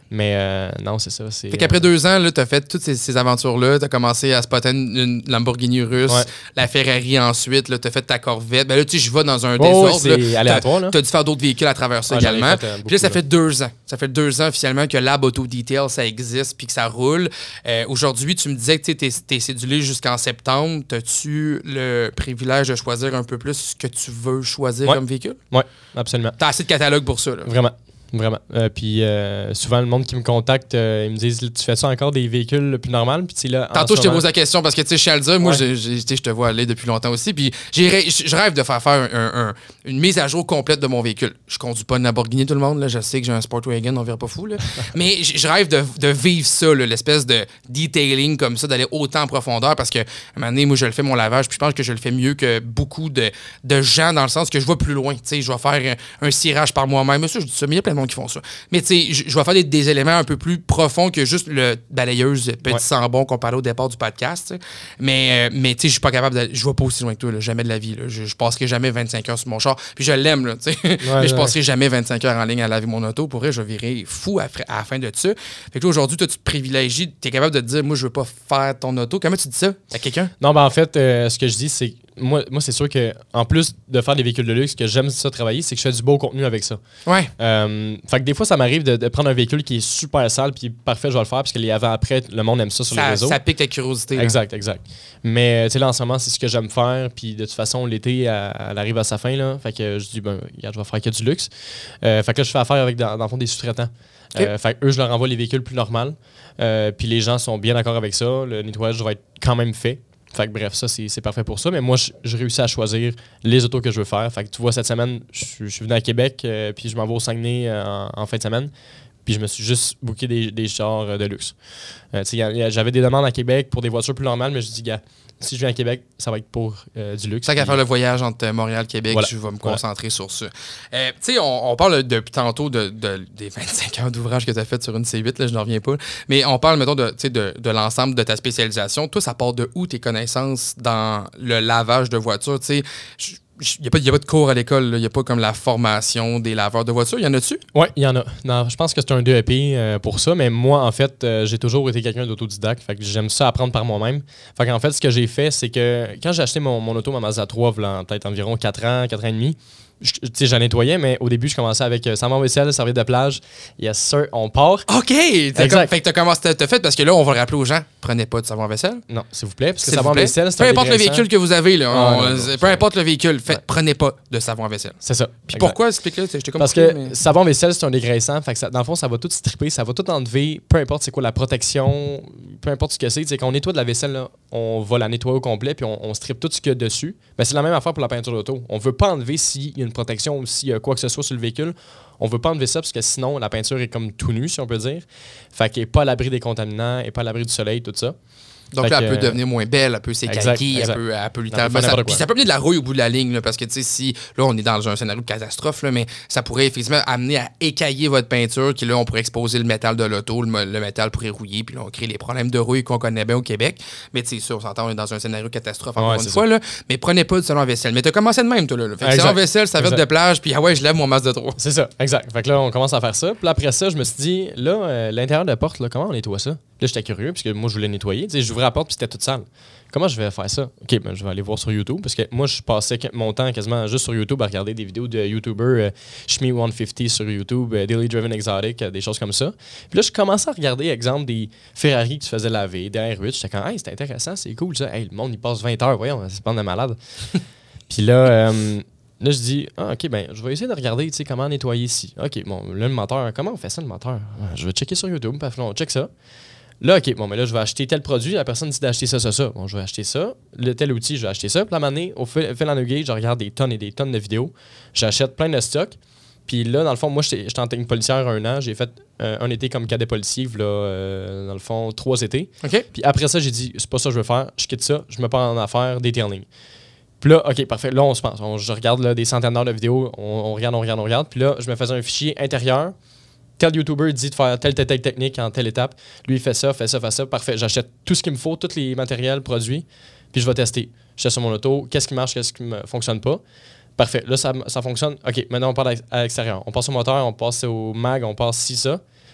Mais euh, non, c'est ça. C'est, fait qu'après euh... deux ans, tu as fait toutes ces, ces aventures-là. Tu as commencé à spotter une, une Lamborghini russe, ouais. la Ferrari ensuite. Tu as fait ta Corvette. Ben là, tu sais, je vais dans un oh, désordre. Oui, c'est aléatoire. Tu as dû faire d'autres véhicules à travers ça ah, également. Fait, euh, puis là, ça là. fait deux ans. Ça fait deux ans officiellement que Lab Auto Detail, ça existe puis que ça roule. Euh, aujourd'hui, tu me disais que tu es cédulé jusqu'en septembre. As-tu le privilège de choisir un peu plus ce que tu veux choisir ouais. comme véhicule? Oui, absolument. Tu as assez de catalogue pour ça. Là. Vraiment. Vraiment. Euh, puis euh, souvent, le monde qui me contacte, euh, ils me disent tu fais ça encore des véhicules plus normaux? Puis là, tantôt, je te moment... pose la question parce que tu sais, je suis à le dire, moi, ouais. je, je, je te vois aller depuis longtemps aussi. Puis je rêve de faire faire un, un, un, une mise à jour complète de mon véhicule. Je conduis pas une Lamborghini, tout le monde. Là. Je sais que j'ai un Sportwagon, on verra pas fou. Là. Mais je rêve de, de vivre ça, là, l'espèce de detailing comme ça, d'aller autant en profondeur parce que, à un moment donné, moi, je le fais mon lavage. Puis je pense que je le fais mieux que beaucoup de, de gens dans le sens que je vais plus loin. Tu sais, je vais faire un, un cirage par moi-même. Ça, je dis ça, mais il y a plein de monde qui font ça. Mais tu sais, je vais faire des, des éléments un peu plus profonds que juste le balayeuse petit ouais. sang bon qu'on parlait au départ du podcast. T'sais. Mais, euh, mais tu sais, je suis pas capable de. Je vais pas aussi loin que toi, là, jamais de la vie. Là. Je, je passerai jamais vingt-cinq heures sur mon char. Puis je l'aime, là, tu sais. Ouais, mais je ouais. passerai jamais vingt-cinq heures en ligne à laver mon auto. Pour vrai, je virais fou à, à la fin de ça. Fait que là, aujourd'hui, toi, tu te privilégies, tu es capable de te dire, moi, je veux pas faire ton auto. Comment tu dis ça à quelqu'un? Non, ben en fait, euh, ce que je dis, c'est Moi, moi c'est sûr que en plus de faire des véhicules de luxe, ce que j'aime ça travailler, c'est que je fais du beau contenu avec ça. Ouais. Euh, fait que des fois, ça m'arrive de, de prendre un véhicule qui est super sale, puis parfait, je vais le faire, parce que les avant-après, le monde aime ça sur ça, les réseaux. Ça pique ta curiosité. Là. Exact, exact. Mais tu sais, là, en ce moment, c'est ce que j'aime faire, puis de toute façon, l'été, elle, elle arrive à sa fin, là. Fait que je dis, ben, regarde, je vais faire que du luxe. Euh, fait que là, je fais affaire avec, dans, dans le fond, des sous-traitants. Okay. Euh, fait que eux, je leur envoie les véhicules plus normaux. Euh, puis les gens sont bien d'accord avec ça. Le nettoyage va être quand même fait. Fait que bref, ça, c'est, c'est parfait pour ça. Mais moi, je réussis à choisir les autos que je veux faire. Fait que tu vois, cette semaine, je suis venu à Québec, euh, puis je m'en vais au Saguenay euh, en, en fin de semaine. Puis je me suis juste booké des, des chars de luxe. Euh, y a, y a, j'avais des demandes à Québec pour des voitures plus normales, mais je dis, gars, si je viens à Québec, ça va être pour euh, du luxe. C'est qu'à faire le voyage entre Montréal et Québec, voilà. Je vais me concentrer voilà. sur ça. Euh, tu sais, on, on parle depuis tantôt de, de, des vingt-cinq heures d'ouvrage que tu as fait sur une C huit, là, je n'en reviens pas. Mais on parle, mettons, de, de, de l'ensemble de ta spécialisation. Toi, ça part de où tes connaissances dans le lavage de voitures? Tu sais, il n'y a, a pas de cours à l'école, il n'y a pas comme la formation des laveurs de voitures. Il y en a-tu? Oui, il y en a. Non, je pense que c'est un D E P euh, pour ça, mais moi, en fait, euh, j'ai toujours été quelqu'un d'autodidacte. Fait que j'aime ça apprendre par moi-même. Fait qu'en fait, ce que j'ai fait, c'est que quand j'ai acheté mon, mon auto, ma Mazda trois, là, peut-être environ quatre ans, quatre ans et demi, tu sais, j'en nettoyais, mais au début, je commençais avec euh, savon vaisselle, serviette de plage. Yes, sir, on part. OK! Exact. Comme, fait que t'as commencé, t'as, t'as fait, parce que là, on va le rappeler aux gens, prenez pas de savon vaisselle. Non, s'il vous plaît, parce que s'il savon vaisselle, c'est peu importe le véhicule que vous avez, là, ah, on, non, non, peu importe le véhicule, fait, ouais. Prenez pas de savon vaisselle. C'est ça. Puis pourquoi, explique-le, j'étais comme parce que mais... savon vaisselle, c'est un dégraissant, fait que ça, dans le fond, ça va tout stripper, ça va tout enlever, peu importe c'est quoi la protection, peu importe ce que c'est. Quand on nettoie de la vaisselle, là, on va la nettoyer au complet, puis on, on strippe tout ce qu'il y a dessus. Ben, c'est la même affaire pour la peinture d'auto. On veut pas enlever s'il y a une protection ou s'il y a quoi que ce soit sur le véhicule. On veut pas enlever ça parce que sinon, la peinture est comme tout nue, si on peut dire. Fait qu'elle n'est pas à l'abri des contaminants, elle n'est pas à l'abri du soleil, tout ça. Donc fait là, que, elle peut devenir moins belle, elle peut s'écaquer, elle peut, elle peut littéralement... Ça, puis ça peut amener de la rouille au bout de la ligne, là, parce que, tu sais, si... Là, on est dans un scénario de catastrophe, là, mais ça pourrait effectivement amener à écailler votre peinture, qui là, on pourrait exposer le métal de l'auto, le, le métal pourrait rouiller, puis là, on crée les problèmes de rouille qu'on connaît bien au Québec. Mais, tu sais, ça, on s'entend, on est dans un scénario de catastrophe, encore ouais, une fois, là. Mais prenez pas de savon à vaisselle. Mais t'as commencé de même, toi, là. Fait que savon à vaisselle, serviette de plage, puis ah ouais, je lève mon masque de trois. C'est ça, exact. Fait que là, on commence à faire ça. Puis après ça, je me suis dit, là, euh, l'intérieur de la porte, là, comment on nettoie ça? Là, j'étais curieux, parce que moi, je voulais nettoyer. Tu sais, j'ouvrais la porte, puis c'était toute sale. Comment je vais faire ça? OK, ben, je vais aller voir sur YouTube, parce que moi, je passais mon temps quasiment juste sur YouTube à regarder des vidéos de YouTubers, euh, Shmi cent cinquante sur YouTube, euh, Daily Driven Exotic, euh, des choses comme ça. Puis là, je commençais à regarder, exemple, des Ferrari qui se faisaient laver, des R huit. J'étais comme, hey, c'est intéressant, c'est cool ça. Hey, le monde, il passe vingt heures, voyons, c'est pas de malade. Puis là, euh, là, je dis, ah, OK, ben, je vais essayer de regarder, tu sais, comment nettoyer ici. OK, bon, là, le moteur, comment on fait ça, le moteur? Je vais checker sur YouTube, puis là, on check ça. Là, OK, bon, mais là, je vais acheter tel produit. La personne dit d'acheter ça, ça, ça. Bon, je vais acheter ça. Le tel outil, je vais acheter ça. Puis là, à un moment donné, au fil en aiguille, je regarde des tonnes et des tonnes de vidéos. J'achète plein de stocks. Puis là, dans le fond, moi, j'étais, j'étais en technique policière un an. J'ai fait euh, un été comme cadet policier, là, euh, dans le fond, trois étés. OK. Puis après ça, j'ai dit, c'est pas ça que je veux faire. Je quitte ça. Je me pars en affaires detailing. Puis là, OK, parfait. Là, on se pense. On, je regarde là, des centaines d'heures de vidéos. On, on regarde, on regarde, on regarde. Puis là, je me faisais un fichier intérieur. Tel YouTuber dit de faire telle, telle, telle technique en telle étape. Lui, il fait ça, fait ça, fait ça. Parfait. J'achète tout ce qu'il me faut, tous les matériels, produits, puis je vais tester. Je teste sur mon auto. Qu'est-ce qui marche, qu'est-ce qui ne fonctionne pas. Parfait. Là, ça, ça fonctionne. OK, maintenant, on part à l'extérieur. On passe au moteur, on passe au mag, on passe ci, ça.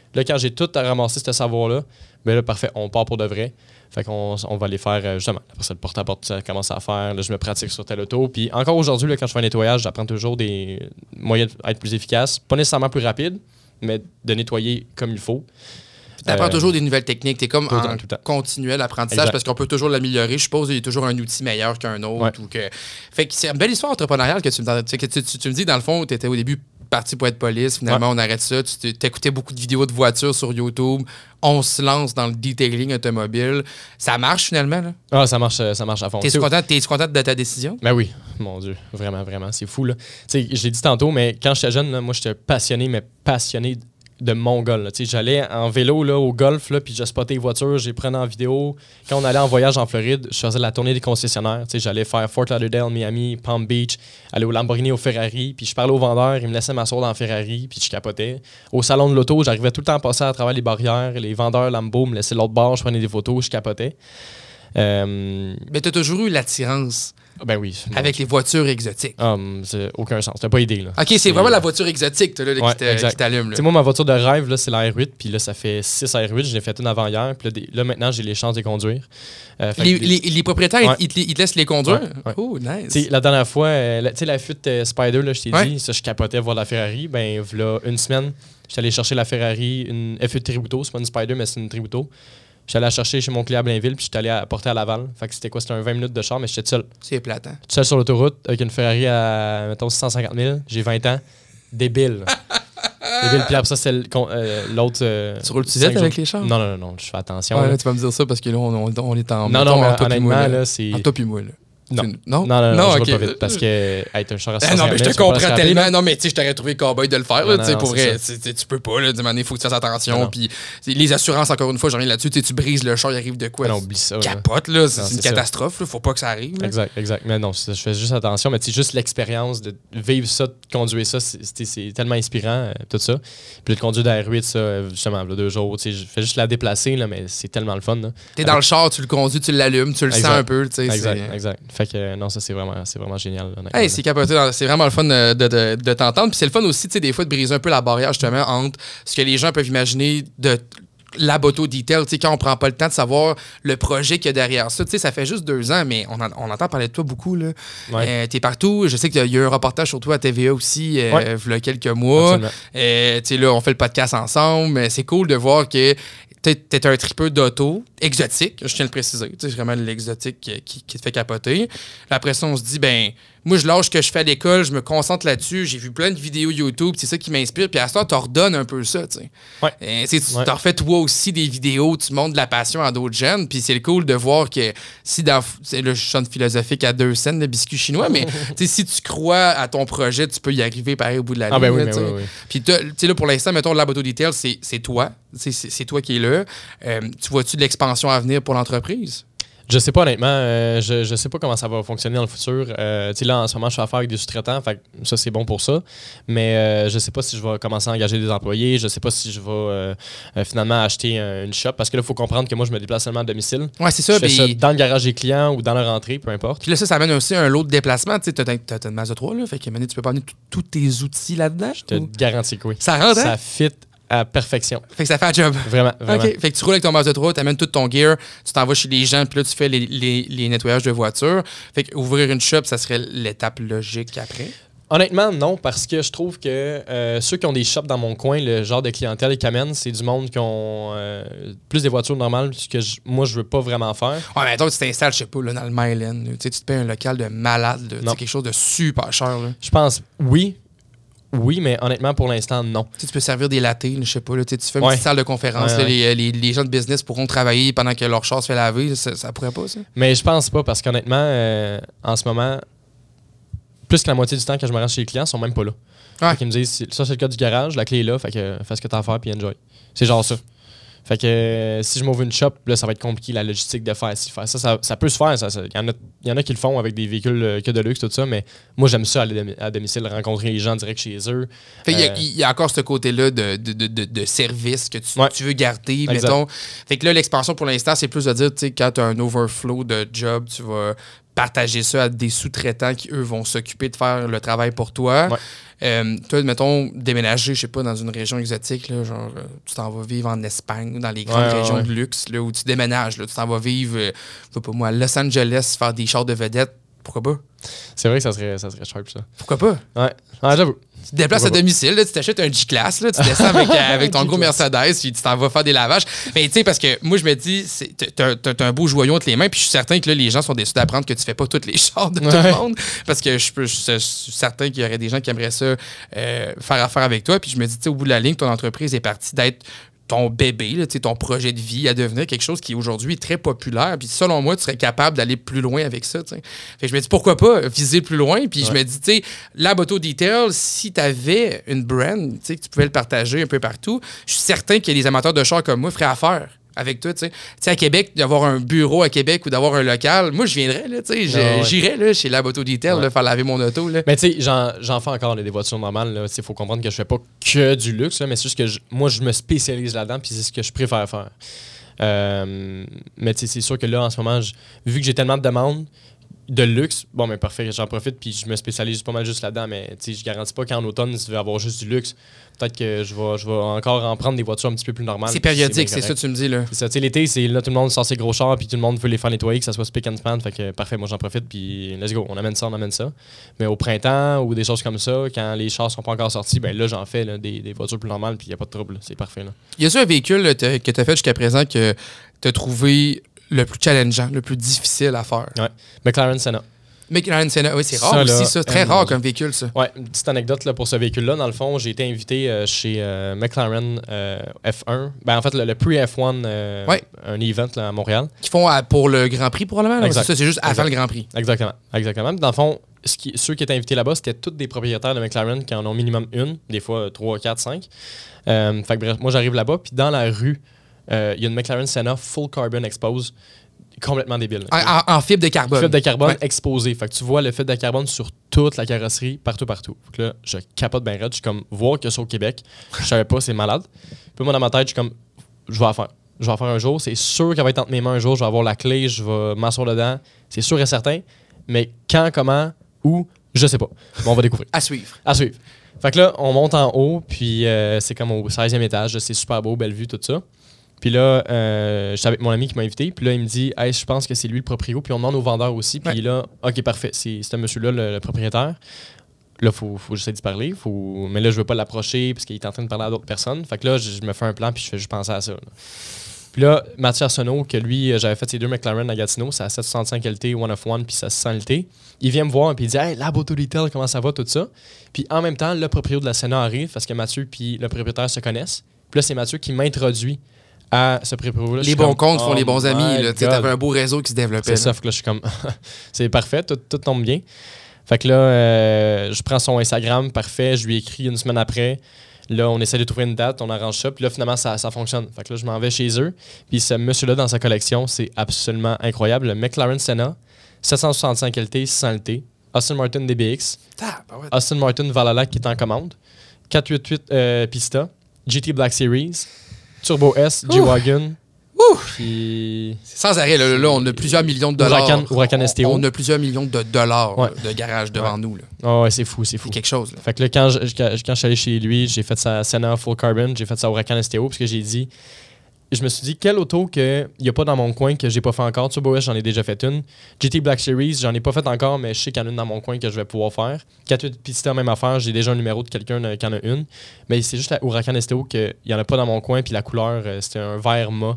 Là, quand j'ai tout ramassé ce savoir-là, ben là, parfait, on part pour de vrai. Fait qu'on on va les faire, euh, justement. Après ça, le porte-à-porte, ça commence à faire. Là, je me pratique sur tel auto. Puis encore aujourd'hui, là, quand je fais un nettoyage, j'apprends toujours des moyens d'être plus efficace. Pas nécessairement plus rapide, mais de nettoyer comme il faut. Tu apprends Euh, toujours des nouvelles techniques. Tu es comme tout le en temps, tout le temps. continuel apprentissage Exact. parce qu'on peut toujours l'améliorer. Je suppose qu'il y a toujours un outil meilleur qu'un autre. Ouais. Ou que... Fait que c'est une belle histoire entrepreneuriale que tu me, que tu, tu, tu me dis. Dans le fond, tu étais au début parti pour être police. Finalement, Ouais. on arrête ça. Tu t'écoutais beaucoup de vidéos de voitures sur YouTube. On se lance dans le detailing automobile. Ça marche finalement, là? Ah, ça marche, ça marche à fond. T'es-tu content, t'es-tu content de ta décision? Ben oui, mon Dieu, vraiment, vraiment, c'est fou, là. Tu sais, je l'ai dit tantôt, mais quand j'étais jeune, là, moi, j'étais passionné, mais passionné de mon golf. Là. Tu sais, j'allais en vélo là, au golf, là, puis je spottais les voitures, j'ai pris en vidéo. Quand on allait en voyage en Floride, je faisais la tournée des concessionnaires. Tu sais, j'allais faire Fort Lauderdale, Miami, Palm Beach, aller au Lamborghini, au Ferrari, puis je parlais aux vendeurs, ils me laissaient m'asseoir dans le Ferrari, puis je capotais. Au salon de l'auto, j'arrivais tout le temps à passer à travers les barrières, les vendeurs Lambo me laissaient l'autre bord, je prenais des photos, je capotais. Euh, Mais t'as toujours eu l'attirance ben oui. bon. avec les voitures exotiques. Ah, c'est aucun sens. T'as pas idée, là. OK, c'est vraiment la voiture exotique toi, là, Ouais, qui t'a- exact. qui t'allume. Tu là. sais, moi, ma voiture de rêve, là, c'est la R huit, puis là, ça fait six R huit. Je l'ai fait une avant hier, puis là, des- là, maintenant, j'ai les chances de les conduire. Euh, fait Les, que des- les, les propriétaires, Ouais. ils, te- ils te laissent les conduire? Ouais, ouais. Oh, Tu nice. sais, la dernière fois, euh, la- tu sais, la fuite euh, Spider, là, je t'ai Ouais. dit, ça, je capotais voir la Ferrari. Ben, voilà, une semaine, j'étais allé chercher la Ferrari, une F huit Tributo. C'est pas une Spider, mais c'est une Tributo. J'étais allé la chercher chez mon client à Blainville, puis j'étais allé à porter à Laval. Fait que c'était quoi? C'était un vingt minutes de char, mais j'étais tout seul. C'est plate, hein? Tout seul sur l'autoroute, avec une Ferrari à, mettons, six cent cinquante mille. J'ai vingt ans. Débile. Débile. Puis après ça, c'est le con- euh, l'autre. euh, Tu roules-tu cinq vite avec jours. les chars? Non, non, non, non, je fais attention. Ouais, là. là, tu vas me dire ça parce que là, on, on- on est en. Non, mettons, non, mais en toi pis honnêtement, moi, là, c'est. En toi pis moi, là. Non. C'est- Non? Non, non, non, je ok. roule pas vite parce que être un char à Ah non, mais je te cent cinquante mille, tu vas pas comprends la scraper, tellement. là. Non, mais tu sais, je t'aurais trouvé cowboy de le faire. Non, là, tu sais, non, pour c'est vrai, ça. c'est- c'est- tu peux pas. Là, il faut que tu fasses attention. Non, non. Puis c'est- les assurances, encore une fois, j'en reviens là-dessus. Tu sais, tu brises le char, il arrive de quoi? Ah non, oublie ça. là. Capote, là. C'est Non, c'est une c'est ça. catastrophe. Là, faut pas que ça arrive. là. Exact, exact. Mais non, c'est- je fais juste attention. Mais c'est juste l'expérience de vivre ça, de conduire ça, c'est- c'est c'est tellement inspirant, euh, tout ça. Puis de conduire de la R huit, ça, euh, justement, là, deux jours. Tu sais, je fais juste la déplacer, là, mais c'est tellement le fun. Là. T'es dans le char, tu le conduis, tu l'allumes, tu le Exact. sens un peu. tu sais, Exact, c'est- exact. Fait que euh, non, ça, c'est vraiment, c'est vraiment génial. honnêtement, Hey, là. c'est capoté. C'est vraiment le fun de, de, de, de t'entendre. Puis c'est le fun aussi, tu sais, des fois, de briser un peu la barrière, justement, entre ce que les gens peuvent imaginer de la Boto Detail. Tu sais, quand on prend pas le temps de savoir le projet qu'il y a derrière ça. Tu sais, ça fait juste deux ans, mais on, en- on entend parler de toi beaucoup, là. Ouais. Euh, t'es partout. Je sais qu'il y a eu un reportage sur toi à T V A aussi, euh, Ouais. il y a quelques mois. Absolument. Euh, tu sais, là, on fait le podcast ensemble. Mais c'est cool de voir que t'es, t'es un tripeux d'auto, exotique, je tiens à le préciser. C'est vraiment l'exotique qui, qui, qui te fait capoter. Là, après ça, on se dit, ben, moi, je lâche ce que je fais à l'école, je me concentre là-dessus. J'ai vu plein de vidéos YouTube, c'est ça qui m'inspire. Puis à ce temps, tu redonnes un peu ça, tu sais. Ouais. Euh, tu sais, tu Ouais. t'en refais toi aussi des vidéos, tu montres de la passion à d'autres jeunes. Puis c'est le cool de voir que si dans. C'est là, je sonne philosophique à deux scènes de biscuits chinois, mais tu sais, si tu crois à ton projet, tu peux y arriver pareil au bout de la Ah, ligne. ben oui, là, ben tu sais. oui, oui. Puis t'as- tu sais, là, pour l'instant, mettons, le Laboto Detail, c'est c'est toi. C'est c'est- c'est toi qui es là. Euh, tu vois-tu de l'expansion à venir pour l'entreprise? Je sais pas honnêtement, euh, je, je sais pas comment ça va fonctionner dans le futur. Euh, tu sais, là, en ce moment, je fais affaire avec des sous-traitants, fait que ça, c'est bon pour ça. Mais euh, je sais pas si je vais commencer à engager des employés, je sais pas si je vais euh, euh, finalement acheter un- une shop, parce que là, il faut comprendre que moi, je me déplace seulement à domicile. Ouais, c'est ça. Je fais ça Puis dans le garage des clients ou dans leur entrée, peu importe. puis là, ça, ça amène aussi un lot de déplacement. Tu sais, t'as t'as- t'as une Mazda trois, là. Fait que, Mané, tu peux pas amener tout- tous tes outils là-dedans? Je te ou- garantis que oui. Ça rentre, hein? Ça fit à perfection. Fait que ça fait un job. Vraiment, vraiment. OK. Fait que tu roules avec ton Mazda trois, tu amènes tout ton gear, tu t'en vas chez les gens, puis là, tu fais les, les, les nettoyages de voitures. Fait que ouvrir une shop, ça serait l'étape logique après. Honnêtement, non, parce que je trouve que euh, ceux qui ont des shops dans mon coin, le genre de clientèle qu'ils amènent, c'est du monde qui ont euh, plus des voitures normales, ce que je- moi, je veux pas vraiment faire. Ouais, mais attends, tu t'installes, je sais pas, là, dans le Myland. là. Tu sais, tu te payes un local de malade, là. Tu Non. sais, quelque chose de super cher, là. Je pense, oui, oui, mais honnêtement, pour l'instant, non. Tu sais, tu peux servir des lattés, là, je sais pas, là. Tu sais, tu fais une Ouais. petite salle de conférence, Ouais, là, ouais. Les, les, les gens de business pourront travailler pendant que leur char se fait laver. Ça, ça pourrait pas, ça? Mais je pense pas, parce qu'honnêtement, euh, en ce moment, plus que la moitié du temps que je me rends chez les clients, ils sont même pas là. Ouais. Fait qu'ils me disent, c'est- ça c'est le cas du garage, la clé est là, fait que fais ce que t'as à faire puis enjoy. C'est genre ça. Fait que euh, si je m'ouvre une shop, là, ça va être compliqué, la logistique de faire ci, faire ça. Ça, ça peut se faire. Ça, ça- Il y, en a- il y en a qui le font avec des véhicules euh, que de luxe, tout ça, mais moi, j'aime ça aller domi- à domicile, rencontrer les gens direct chez eux. Fait qu'il y a- Euh, il y, a encore ce côté-là de, de, de, de, de service que tu, Ouais. tu veux garder, Exact. mettons. Fait que là, l'expansion pour l'instant, c'est plus de dire, tu sais, quand tu as un overflow de job, tu vas partager ça à des sous-traitants qui, eux, vont s'occuper de faire le travail pour toi. Ouais. Euh, toi, mettons, déménager, je sais pas, dans une région exotique, là, genre, euh, tu t'en vas vivre en Espagne ou dans les grandes Ouais, régions ouais. de luxe, là, où tu déménages, là, tu t'en vas vivre, euh, je sais pas moi, à Los Angeles, faire des chars de vedettes. Pourquoi pas? C'est vrai que ça serait, ça serait sharp, ça. Pourquoi pas? Ouais, ouais j'avoue. Tu te déplaces Pourquoi à domicile, là, tu t'achètes un G-Class, là, tu descends avec, euh, avec ton gros G-Class. Mercedes, puis tu t'en vas faire des lavages. Mais tu sais, parce que moi, je me dis, c'est- t'as, t'as- t'as un beau joyau entre les mains, puis je suis certain que là, les gens sont déçus d'apprendre que tu fais pas tous les chars de tout Ouais. le monde. Parce que je, peux- je, je suis certain qu'il y aurait des gens qui aimeraient ça euh, faire affaire avec toi. Puis je me dis, tu sais, au bout de la ligne, ton entreprise est partie d'être ton bébé, là, tu sais, ton projet de vie, à devenir quelque chose qui aujourd'hui est très populaire. Puis selon moi, tu serais capable d'aller plus loin avec ça. tu sais. Fait que je me dis, pourquoi pas viser plus loin? Puis je Ouais. me dis, tu sais, Lab Auto Detail, si tu avais une brand, tu sais, que tu pouvais le partager un peu partout, je suis certain que les amateurs de chars comme moi feraient affaire avec toi, tu sais. Tu sais, à Québec, d'avoir un bureau à Québec ou d'avoir un local, moi, je viendrais, là, tu sais, je- Ah ouais. j'irais, là, chez Lab Auto Detail, Ouais. là, faire laver mon auto, là. Mais tu sais, j'en, j'en fais encore là, des voitures normales. Il faut comprendre que je fais pas que du luxe, là, mais c'est juste que je- moi, je me spécialise là-dedans, puis c'est ce que je préfère faire. Euh, mais tu sais, c'est sûr que là, en ce moment, je- vu que j'ai tellement de demandes de luxe, bon, mais parfait, j'en profite, puis je me spécialise pas mal juste là-dedans, mais tu sais, je garantis pas qu'en automne, tu vas avoir juste du luxe. Peut-être que je vais, je vais encore en prendre des voitures un petit peu plus normales. C'est puis périodique, bien c'est ça correct. que tu me dis, là. C'est ça, tu sais, l'été, c'est là, tout le monde sort ses gros chars, puis tout le monde veut les faire nettoyer, que ça soit spick and span. Fait que parfait, moi j'en profite, puis let's go, on amène ça, on amène ça. Mais au printemps ou des choses comme ça, quand les chars sont pas encore sortis, ben là, j'en fais là, des, des voitures plus normales, puis il n'y a pas de trouble, là. C'est parfait. Là. Y a-tu un véhicule là, t'as- que tu as fait jusqu'à présent que tu as trouvé le plus challengeant, le plus difficile à faire? Ouais. McLaren Senna. McLaren Senna, oui, c'est Ça, rare là, aussi, ça. Très euh, rare mon comme véhicule, ça. Ouais, une petite anecdote là, pour ce véhicule-là. Dans le fond, j'ai été invité euh, chez euh, McLaren euh, F un. Ben, en fait, le, le pre-F un, euh, Ouais. un event là, à Montréal. Qui font à- pour le Grand Prix, probablement. là, Exact. C'est ça, c'est juste avant Exact. le Grand Prix. Exactement. Exactement. Dans le fond, ce qui, ceux qui étaient invités là-bas, c'était tous des propriétaires de McLaren qui en ont minimum une, des fois trois, quatre, cinq. Euh, fait que bref, moi j'arrive là-bas, puis dans la rue, euh, il y a une McLaren Senna Full Carbon Expose, complètement débile. En, en- en fibre de carbone. Fibre de carbone Ouais. exposée. Fait que tu vois le fibre de carbone sur toute la carrosserie, partout, partout. Fait que là, je capote bien raide. Je suis comme, voir que ça au Québec, je savais pas, c'est malade. Puis moi, dans ma tête, je suis comme, je vais en faire. Je vais en faire un jour. C'est sûr qu'elle va être entre mes mains un jour. Je vais avoir la clé, je vais m'asseoir dedans. C'est sûr et certain. Mais quand, comment, où, je sais pas. Bon, on va découvrir. À suivre. À suivre. Fait que là, on monte en haut, puis euh, c'est comme au seizième étage. C'est super beau, belle vue, tout ça. Puis là, euh, j'étais avec mon ami qui m'a invité. Puis là, il me dit, hey, je pense que c'est lui le proprio. Puis on demande au vendeur aussi. Puis Ouais. là, OK, parfait. C'est ce monsieur-là, le, le propriétaire. Là, il faut, faut que j'essaie d'y parler. Faut... Mais là, je veux pas l'approcher parce qu'il est en train de parler à d'autres personnes. Fait que là, je, je me fais un plan, puis je fais juste penser à ça. Là. Puis là, Mathieu Arsenault, que lui, j'avais fait ses deux McLaren à Gatineau, c'est à sept cent soixante-cinq L T, one of one, puis ça sent L T. Il vient me voir, puis il dit, hey, Lab Auto Detail, comment ça va, tout ça. Puis en même temps, le propriétaire de la Senna arrive parce que Mathieu puis le propriétaire se connaissent. Puis là, c'est Mathieu qui m'introduit à ce propriétaire-là. Je Les suis bons comme, comptes font oh les bons amis. my là. Tu sais, God. t'avais un beau réseau qui se développait. C'est là. ça, fait que là, je suis comme, c'est parfait, tout, tout tombe bien. Fait que là, euh, je prends son Instagram, parfait, je lui écris une semaine après. Là, on essaie de trouver une date, on arrange ça, puis là, finalement, ça, ça fonctionne. Fait que là, je m'en vais chez eux. Puis ce monsieur-là, dans sa collection, c'est absolument incroyable. Le McLaren Senna, sept cent soixante-cinq L T, six cents L T, Aston Martin D B X, Ah, ben ouais. Aston Martin Valhalla qui est en commande, quatre cent quatre-vingt-huit euh, Pista, G T Black Series, Turbo S, G-Wagon, Ouh! puis... Sans arrêt, là, là, on a plusieurs millions de dollars. Huracan- Huracan On- S T O. On a plusieurs millions de dollars Ouais. là, de garage devant Ouais. nous. là. Oh, ouais, c'est fou, c'est fou. C'est quelque chose. Là. Fait que là, quand je, quand, quand je suis allé chez lui, j'ai fait sa Senna Full Carbon, j'ai fait sa Huracan S T O, parce que j'ai dit, je me suis dit, quelle auto qu'il n'y a pas dans mon coin que j'ai pas fait encore. Turbo S, j'en ai déjà fait une. G T Black Series, j'en ai pas fait encore, mais je sais qu'il y en a une dans mon coin que je vais pouvoir faire. quatre cent huit Pista, même affaire, j'ai déjà un numéro de quelqu'un euh, qui en a une. Mais c'est juste la Huracan S T O qu'il n'y en a pas dans mon coin, puis la couleur, euh, c'était un vert mat.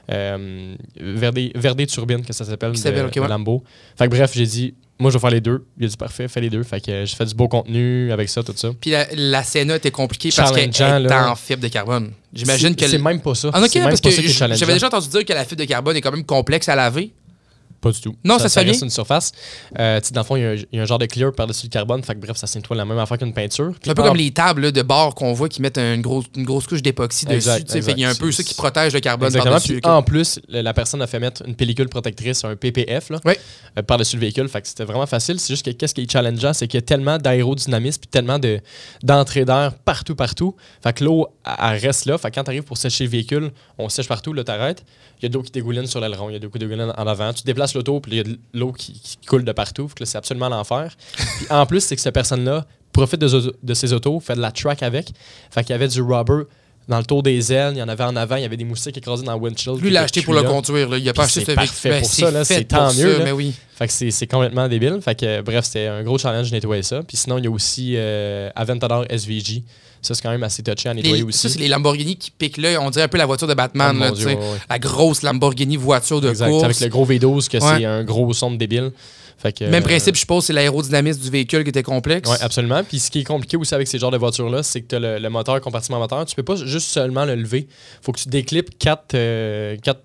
Euh, verdé, verdé turbine, que ça s'appelle, Qui de, s'appelle, ok, de ouais. Lambo. Fait que bref, j'ai dit, moi je vais faire les deux. Il a dit parfait, fais les deux. Fait que euh, j'ai fait du beau contenu avec ça, tout ça. Puis la, la Senna était compliquée parce qu'elle Challengeant, est là. en fibre de carbone. J'imagine C'est- que... C'est même pas ça. Ah, ok, c'est même parce pas que ça qui est j- challengeant. j'avais déjà entendu dire que la fibre de carbone est quand même complexe à laver. Pas du tout. Non, ça se fait reste bien? une surface. Euh, tu sais, dans le fond, il y, a un- il y a un genre de clear par-dessus le carbone. Fait que bref, ça nettoie la même affaire qu'une peinture. C'est un peu comme les tables là, de bord qu'on voit qui mettent une grosse, une grosse couche d'époxy Exact, dessus. tu sais. Fait qu'il y a un exact. peu ça qui protège le carbone Exactement. par-dessus. Puis en plus, le- la personne a fait mettre une pellicule protectrice, un P P F, là, Ouais. euh, par-dessus le véhicule. Fait que c'était vraiment facile. C'est juste que qu'est-ce qui est challengeant, c'est qu'il y a tellement d'aérodynamisme puis tellement de, d'entrée d'air partout, partout. Fait que l'eau, elle elle reste là. Fait que quand tu arrives pour sécher le véhicule, on sèche partout, là, t'arrêtes. Il y a de l'eau qui dégouline sur l'aileron, il y a de l'eau qui dégouline en avant. Tu déplaces l'auto, puis il y a de l'eau qui, qui coule de partout. Fait que là, c'est absolument l'enfer. Puis en plus, c'est que cette personne-là profite de, de ses autos, fait de la track avec. Fait qu'il y avait du rubber dans le tour des ailes, il y en avait en avant, il y avait des moustiques écrasés dans le windshield. Lui, il l'a acheté pour le conduire. Là. Il a pas acheté ce véhicule. C'est parfait pour ça, là, c'est tant mieux. Ça, là. Mais oui. Fait que c'est, c'est complètement débile. Fait que bref, c'était un gros challenge de nettoyer ça. Puis sinon, il y a aussi euh, Aventador S V G. Ça, c'est quand même assez touché à nettoyer les, aussi. Ça, c'est les Lamborghini qui piquent l'œil. On dirait un peu la voiture de Batman. Oh, là, Dieu, ouais, ouais. La grosse Lamborghini voiture de exact. course. Avec le gros V douze, que ouais. c'est un gros son de débile. Fait que, Même principe, je suppose, c'est l'aérodynamisme du véhicule qui était complexe. Oui, absolument. Puis ce qui est compliqué aussi avec ces genres de voitures-là, c'est que tu as le, le moteur, compartiment moteur. Tu peux pas juste seulement le lever. Il faut que tu déclips quatre, euh, quatre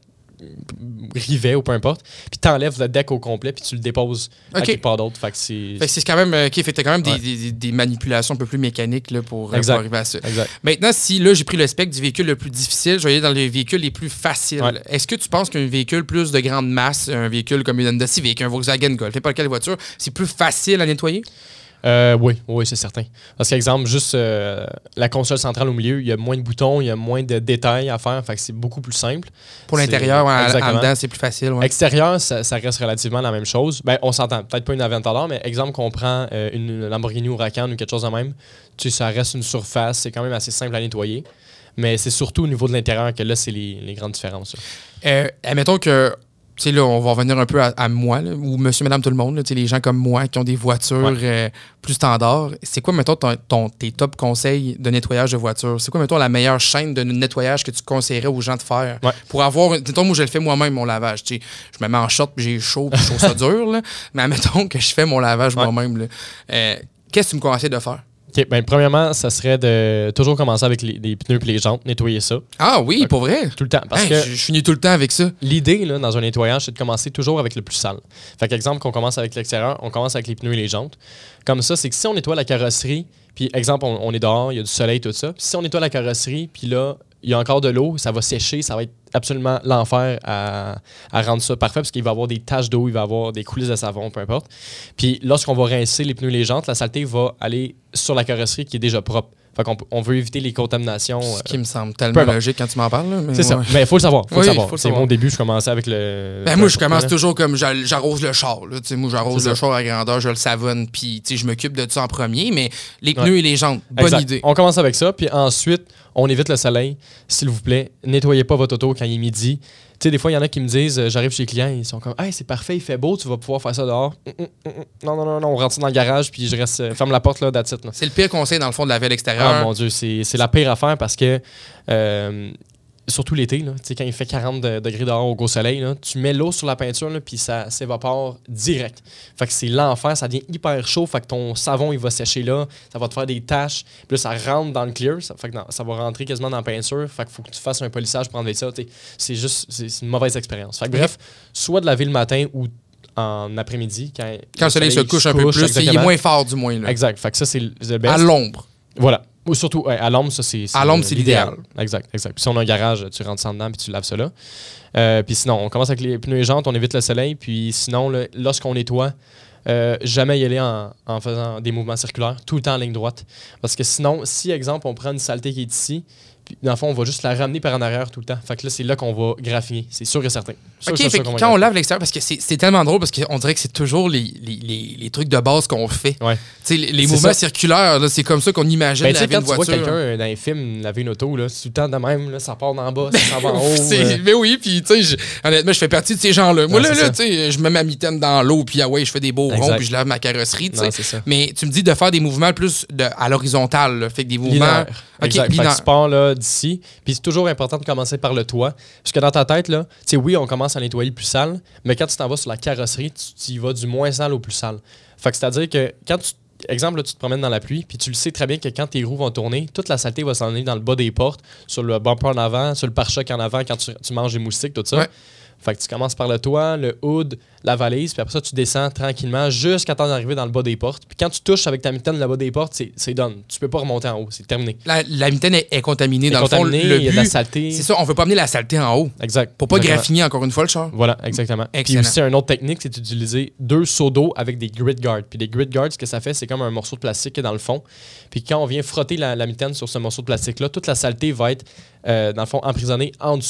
rivets ou peu importe, puis tu enlèves le deck au complet, puis tu le déposes okay. à quelque part d'autre. Fait que c'est... Fait que c'est quand même, euh, okay, fait que t'as quand même ouais. des, des, des manipulations un peu plus mécaniques là, pour, exact. pour arriver à ça. Exact. Maintenant, si là, j'ai pris le spectre du véhicule le plus difficile, je vais aller dans les véhicules les plus faciles. Ouais. Est-ce que tu penses qu'un véhicule plus de grande masse, un véhicule comme une Honda Civic, un Volkswagen Golf, n'importe quelle voiture, c'est plus facile à nettoyer? Euh, oui, oui, c'est certain. Parce qu'exemple, juste euh, la console centrale au milieu, il y a moins de boutons, il y a moins de détails à faire, fait que c'est beaucoup plus simple. Pour c'est... l'intérieur, en, en dedans, c'est plus facile. Ouais. Extérieur, ça, ça reste relativement la même chose. Ben, on s'entend, peut-être pas une Aventador, mais exemple qu'on prend euh, une Lamborghini Huracan ou quelque chose de même, tu sais, ça reste une surface, c'est quand même assez simple à nettoyer. Mais c'est surtout au niveau de l'intérieur que là, c'est les, les grandes différences. Euh, admettons que tu sais, là, on va revenir un peu à, à moi, là, ou monsieur, madame, tout le monde, là, les gens comme moi qui ont des voitures ouais. euh, plus standards. C'est quoi, mettons, ton, ton, tes top conseils de nettoyage de voiture? C'est quoi, mettons, la meilleure chaîne de nettoyage que tu conseillerais aux gens de faire? Ouais. Pour avoir... Mettons, moi, je le fais moi-même, mon lavage. Tu sais, je me mets en short puis j'ai chaud puis je trouve ça dur, là. Mais admettons que je fais mon lavage ouais. moi-même. Là. Euh, qu'est-ce que tu me conseilles de faire? OK, ben premièrement, ça serait de toujours commencer avec les, les pneus et les jantes, nettoyer ça. Ah oui, donc, pour vrai? Tout le temps. Parce hey, que je, je finis tout le temps avec ça. L'idée, là, dans un nettoyage, c'est de commencer toujours avec le plus sale. Fait qu'exemple, qu'on commence avec l'extérieur, on commence avec les pneus et les jantes. Comme ça, c'est que si on nettoie la carrosserie, puis exemple, on, on est dehors, il y a du soleil, tout ça. Puis si on nettoie la carrosserie, puis là, il y a encore de l'eau, ça va sécher, ça va être absolument l'enfer à, à rendre ça parfait parce qu'il va y avoir des taches d'eau, il va y avoir des coulisses de savon, peu importe. Puis lorsqu'on va rincer les pneus et les jantes, la saleté va aller sur la carrosserie qui est déjà propre. Fait qu'on on veut éviter les contaminations. Ce qui me semble tellement logique quand tu m'en parles. Là, mais c'est ouais. ça. Mais il faut le savoir. Faut oui, le savoir. Faut le c'est savoir. mon début, je commençais avec le. Ben moi, je commence toujours comme j'arrose le char. Là. Moi, j'arrose le char à grandeur, je le savonne, puis je m'occupe de ça en premier. Mais les pneus ouais. et les jantes, bonne exact. idée. On commence avec ça, puis ensuite, on évite le soleil. S'il vous plaît, nettoyez pas votre auto quand il est midi. Tu sais, des fois, il y en a qui me disent, euh, j'arrive chez les clients, ils sont comme, hey, c'est parfait, il fait beau, tu vas pouvoir faire ça dehors. Mm, mm, mm, non, non, non, non, on rentre dans le garage, puis je reste, euh, ferme la porte, là, that's it. Là. C'est le pire conseil, dans le fond, de laver à l'extérieur. Ah, mon Dieu, c'est, c'est la pire affaire parce que, euh, surtout l'été, là, quand il fait quarante degrés dehors au gros soleil, là, tu mets l'eau sur la peinture, là, puis ça s'évapore direct. Fait que c'est l'enfer, ça devient hyper chaud, fait que ton savon, il va sécher là, ça va te faire des taches, puis là, ça rentre dans le clear, ça, fait que dans, ça va rentrer quasiment dans la peinture, fait qu'il faut que tu fasses un polissage pour enlever ça. C'est juste, c'est, c'est une mauvaise expérience. Fait que bref, soit de laver le matin ou en après-midi, quand, quand le soleil, soleil se couche un peu plus, exactement. Il est moins fort du moins. Là. Exact, fait que ça, c'est le best. À l'ombre. Voilà. Ou surtout, ouais, à l'ombre, ça, c'est, c'est à l'ombre, c'est l'idéal. l'idéal. Exact, exact. Puis si on a un garage, tu rentres ça dedans puis tu laves ça là. Euh, puis sinon, on commence avec les pneus et jantes, on évite le soleil. Puis sinon, là, lorsqu'on nettoie, euh, jamais y aller en, en faisant des mouvements circulaires, tout le temps en ligne droite. Parce que sinon, si, exemple, on prend une saleté qui est ici, puis dans le fond, on va juste la ramener par en arrière tout le temps. Fait que là, c'est là qu'on va graffiner. C'est sûr et certain. Sûr, OK, sûr, fait sûr que quand on lave l'extérieur, parce que c'est, c'est tellement drôle, parce qu'on dirait que c'est toujours les, les, les, les trucs de base qu'on fait. Ouais. Les, les mouvements ça. circulaires, là, c'est comme ça qu'on imagine ben, laver quand une voiture. Quand tu vois quelqu'un dans un film laver une auto, là, c'est tout le temps de même, là, ça part d'en bas, ça s'en va en haut. c'est, euh... Mais oui, puis tu sais, honnêtement, je fais partie de ces gens-là. Moi, non, là, là tu sais, je mets ma mitaine dans l'eau, puis ah ouais, je fais des beaux exact. ronds, puis je lave ma carrosserie, tu sais. Mais tu me dis de faire des mouvements plus de, à l'horizontale, là, fait que des mouvements... Linéaire. Okay, exact. Fait que tu pars là, d'ici, puis c'est toujours important de commencer par le toit. Parce que dans ta tête, là, tu sais, oui, on commence à nettoyer le plus sale, mais quand tu t'en vas sur la carrosserie, tu, tu y vas du moins sale au plus sale. Fait que c'est-à-dire que quand tu, exemple, là, tu te promènes dans la pluie, puis tu le sais très bien que quand tes roues vont tourner, toute la saleté va s'en aller dans le bas des portes, sur le bumper en avant, sur le pare-choc en avant quand tu, tu manges des moustiques, tout ça. Ouais. Fait que tu commences par le toit, le hood, la valise, puis après ça, tu descends tranquillement jusqu'à temps d'arriver dans le bas des portes. Puis quand tu touches avec ta mitaine le bas des portes, c'est, c'est done. Tu peux pas remonter en haut, c'est terminé. La, la mitaine est, est contaminée. Dans contaminée, le fond, le il y a but, de la saleté. C'est ça, on veut pas amener la saleté en haut. Exact. Pour pas exactement. graffiner encore une fois le char. Voilà, exactement. Excellent. Puis aussi, une autre technique, c'est d'utiliser deux seaux d'eau avec des grit guards. Puis des grit guards, ce que ça fait, c'est comme un morceau de plastique qui est dans le fond. Puis quand on vient frotter la, la mitaine sur ce morceau de plastique-là, toute la saleté va être, euh, dans le fond, emprisonnée en dessous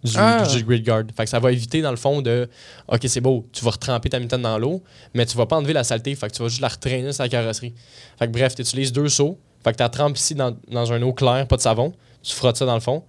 du, Ah. du grid guard. Fait que ça va éviter, dans le fond, de OK, c'est beau, tu vas retremper ta mitaine dans l'eau, mais tu vas pas enlever la saleté. Fait que tu vas juste la retraîner sur la carrosserie. Fait que bref, tu utilises deux seaux. Fait que tu la trempes ici dans, dans un eau claire, pas de savon. Tu frottes ça dans le fond.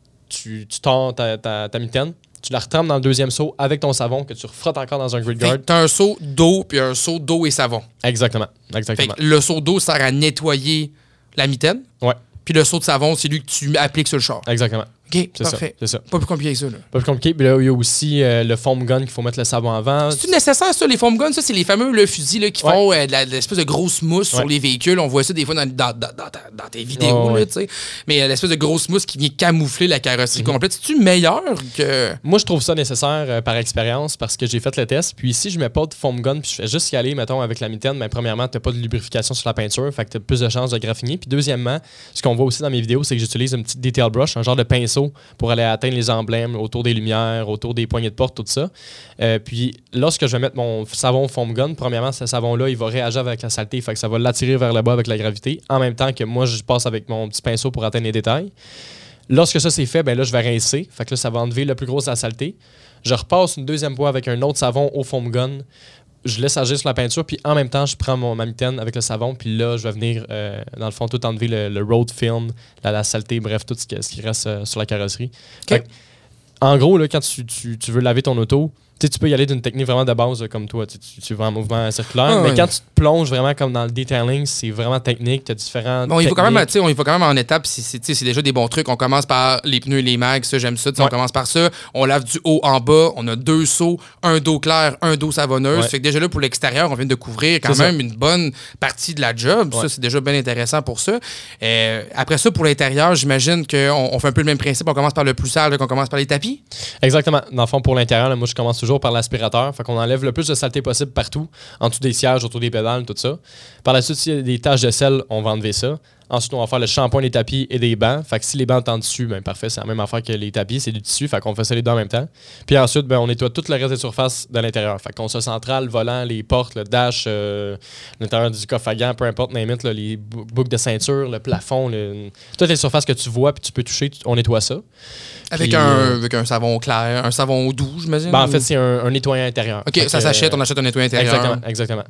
Tu, tu tords ta, ta, ta mitaine. Tu la retrempes dans le deuxième seau avec ton savon que tu refrottes encore dans un grid guard. Fait que t'as un seau d'eau puis un seau d'eau et savon. Exactement. Fait Exactement. que le seau d'eau sert à nettoyer la mitaine. Ouais, Puis le seau de savon, c'est lui que tu appliques sur le char. exactement. OK, C'est parfait. ça. C'est ça. Pas plus compliqué que ça. Là. Pas plus compliqué. Puis là, il y a aussi euh, le foam gun qu'il faut mettre le savon avant. C'est nécessaire, ça, les foam guns? Ça, c'est les fameux là, fusils là, qui Ouais. font euh, de la- de l'espèce de grosse mousse Ouais. sur les véhicules. On voit ça des fois dans, dans, dans, dans ta- dans tes vidéos, Ouais, ouais. là, tu sais. Mais euh, l'espèce de grosse mousse qui vient camoufler la carrosserie Mhm. complète. C'est-tu meilleur que... Moi, je trouve ça nécessaire euh, par expérience parce que j'ai fait le test. Puis si je mets pas de foam gun puis je fais juste y aller, mettons, avec la mitaine, ben, premièrement, tu n'as pas de lubrification sur la peinture, fait que tu as plus de chances de graffiner. Puis deuxièmement, ce qu'on voit aussi dans mes vidéos, c'est que j'utilise une petite detail brush, un genre de pinceau pour aller atteindre les emblèmes autour des lumières, autour des poignées de porte, tout ça. Euh, puis lorsque je vais mettre mon savon foam gun, premièrement, ce savon-là, il va réagir avec la saleté, fait que ça va l'attirer vers le bas avec la gravité, en même temps que moi, je passe avec mon petit pinceau pour atteindre les détails. Lorsque ça c'est fait, ben là, je vais rincer. Fait que là, ça va enlever le plus gros de la saleté. Je repasse une deuxième fois avec un autre savon au foam gun. Je laisse agir sur la peinture, puis en même temps, je prends mon, ma mitaine avec le savon, puis là, je vais venir, euh, dans le fond, tout enlever le, le road film, la, la saleté, bref, tout ce qui, ce qui reste euh, sur la carrosserie. Fait que, en gros, là, quand tu, tu, tu veux laver ton auto, tu sais, tu peux y aller d'une technique vraiment de base, là, comme toi. Tu, tu, tu vas en mouvement circulaire, Ah, mais ouais. quand tu te plonges vraiment comme dans le detailing, c'est vraiment technique. Tu as différents. Bon, il faut quand même, techniques. tu sais, on y va quand même en étapes. C'est, c'est, tu sais, c'est déjà des bons trucs. On commence par les pneus et les mags. Ça, j'aime ça. Tu sais, Ouais. On commence par ça. On lave du haut en bas. On a deux seaux, un d'eau claire, un d'eau savonneuse. Ouais. Fait que déjà là, pour l'extérieur, on vient de couvrir quand C'est même une bonne partie de la job. Ouais. Ça, c'est déjà bien intéressant pour ça. Euh, après ça, pour l'intérieur, j'imagine qu'on on fait un peu le même principe. On commence par le plus sale, là, qu'on commence par les tapis. Exactement. Dans le fond, pour l'intérieur, là, moi, je commence toujours par l'aspirateur. Fait qu'on enlève le plus de saleté possible partout, en dessous des sièges, autour des pédales, tout ça. Par la suite, s'il y a des taches de sel, on va enlever ça. Ensuite, on va faire le shampoing des tapis et des bancs. Fait que si les bancs sont en dessus, ben parfait, c'est la même affaire que les tapis, c'est du tissu. Fait qu'on fait ça les deux en même temps. Puis ensuite, ben, on nettoie tout le reste des surfaces de l'intérieur. Fait qu'on se centrale, le volant, les portes, le dash, euh, l'intérieur du coffre à gants, peu importe, name it, là, les bou- boucles de ceinture, le plafond, le- toutes les surfaces que tu vois puis tu peux toucher, tu- on nettoie ça. Avec, Puis, un, euh, avec un savon clair, un savon doux, j'imagine. Ben, en ou- fait, c'est un, un nettoyant intérieur. OK, Fait ça que, s'achète. euh, On achète un nettoyant intérieur. Exactement, exactement.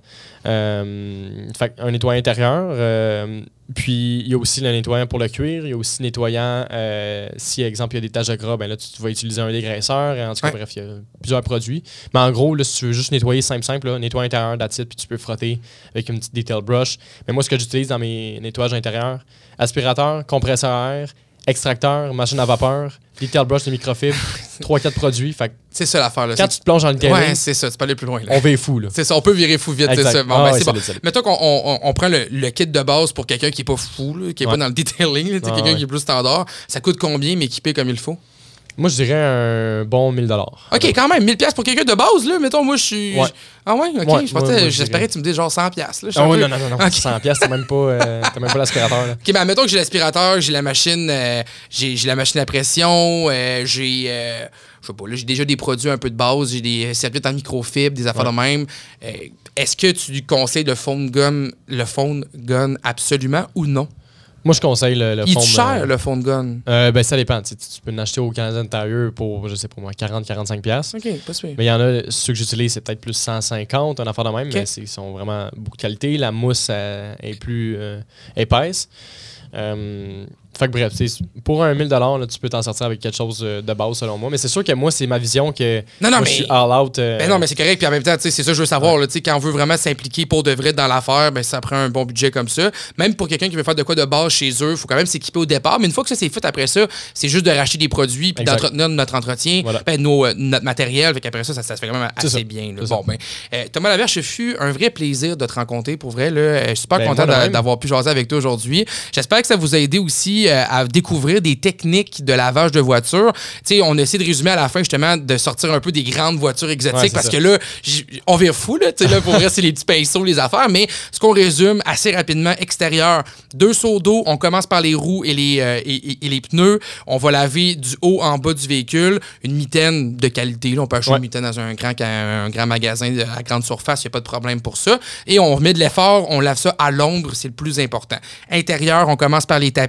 Euh, fait un nettoyant intérieur. euh, puis, il y a aussi le nettoyant pour le cuir. Il y a aussi nettoyant, euh, si, exemple, il y a des taches de gras, ben là, tu, tu vas utiliser un dégraisseur. En tout cas, Ouais. bref, il y a plusieurs produits. Mais en gros, là, si tu veux juste nettoyer simple, simple, là, nettoyant intérieur, that's it, puis tu peux frotter avec une petite detail brush. Mais moi, ce que j'utilise dans mes nettoyages intérieurs, aspirateur, compresseur à air, extracteur, machine à vapeur, detail brush de microfibre, trois quatre produits. Fait que C'est ça l'affaire. Là. quand C'est- tu te plonges dans le detailing, Ouais, c'est ça. Tu peux aller plus loin. Là. on va fou, là. C'est ça, on peut virer fou vite, c'est Exact. ça. Bon, Ah ben, ouais, c'est bon. solide, solide. Mettons qu'on on, on- on prend le, le kit de base pour quelqu'un qui est pas fou, là, qui est Ouais. pas dans le detailing, là, tu sais, Ah quelqu'un ouais. qui est plus standard. Ça coûte combien m'équiper comme il faut? Moi, je dirais un bon mille dollars. OK, quand même, mille dollars pour quelqu'un de base, là. Mettons, moi, je suis. Ouais. Ah ouais, OK. Ouais, je pensais, ouais, ouais, j'espérais je que tu me dises genre cent dollars, là. Je suis Ah un oui, peu- non, non, non, non. OK. cent piastres, t'as même pas, euh, t'as même pas l'aspirateur, là. OK, ben, mettons que j'ai l'aspirateur, j'ai la machine, euh, j'ai, j'ai la machine à pression, euh, j'ai. euh, je sais pas, là, j'ai déjà des produits un peu de base, j'ai des serviettes en microfibre, des affaires Ouais. de même. Euh, est-ce que tu conseilles le phone gun, le phone gun absolument ou non? Moi, je conseille le, le Il est foam, cher, euh, le phone gun? euh, ben, ça dépend. Tu, sais, tu peux l'acheter au Canadian Tire pour, je sais pas moi, quarante à quarante-cinq piastres. OK, pas sûr. Mais il y en a, ceux que j'utilise, c'est peut-être plus cent cinquante, un affaire de même, Ok. mais c'est- ils sont vraiment beaucoup de qualité. La mousse euh, est plus euh, épaisse. Euh, fait que bref, tu sais, pour un mille dollars, là, tu peux t'en sortir avec quelque chose euh, de base selon moi. Mais c'est sûr que moi, c'est ma vision que Non, non, moi, mais- je suis all out. euh, Ben non, mais c'est correct. Puis en même temps, tu sais, c'est ça que je veux savoir. Là, tu sais, quand on veut vraiment s'impliquer pour de vrai dans l'affaire, ben, ça prend un bon budget comme ça. Même pour quelqu'un qui veut faire de quoi de base chez eux, il faut quand même s'équiper au départ. Mais une fois que ça c'est fait après ça, c'est juste de racheter des produits puis Exact. d'entretenir notre entretien, Voilà. ben, nos, euh, notre matériel. Fait qu'après ça, ça, ça se fait quand même C'est assez ça. bien. là. C'est Bon, ben, euh, Thomas Laverche, ce fut un vrai plaisir de te rencontrer pour vrai. Là. Euh, Je suis super Ben, content moi de d'a- même. d'avoir pu jaser avec toi aujourd'hui. J'espère que ça vous a aidé aussi euh, à découvrir des techniques de lavage de voiture. Tu sais, on essaie de résumer à la fin justement de sortir un peu des grandes voitures exotiques Ouais, c'est parce ça. que là, j- on vire fou, là. Tu sais, là, pour vrai, c'est les petits pinceaux, les affaires. Mais ce qu'on résume assez rapidement, extérieur, deux seaux d'eau, on commence par les roues et les, euh, et, et- et les pneus. On va laver du haut en bas du véhicule. Une mitaine de qualité. Là, on peut acheter Ouais. une mitaine dans un grand, ca- un grand magasin de- à grande surface. Il n'y a pas de problème pour ça. Et on remet de l'effort. On lave ça à l'ombre. C'est le plus important. Intérieur, on commence par les tapis.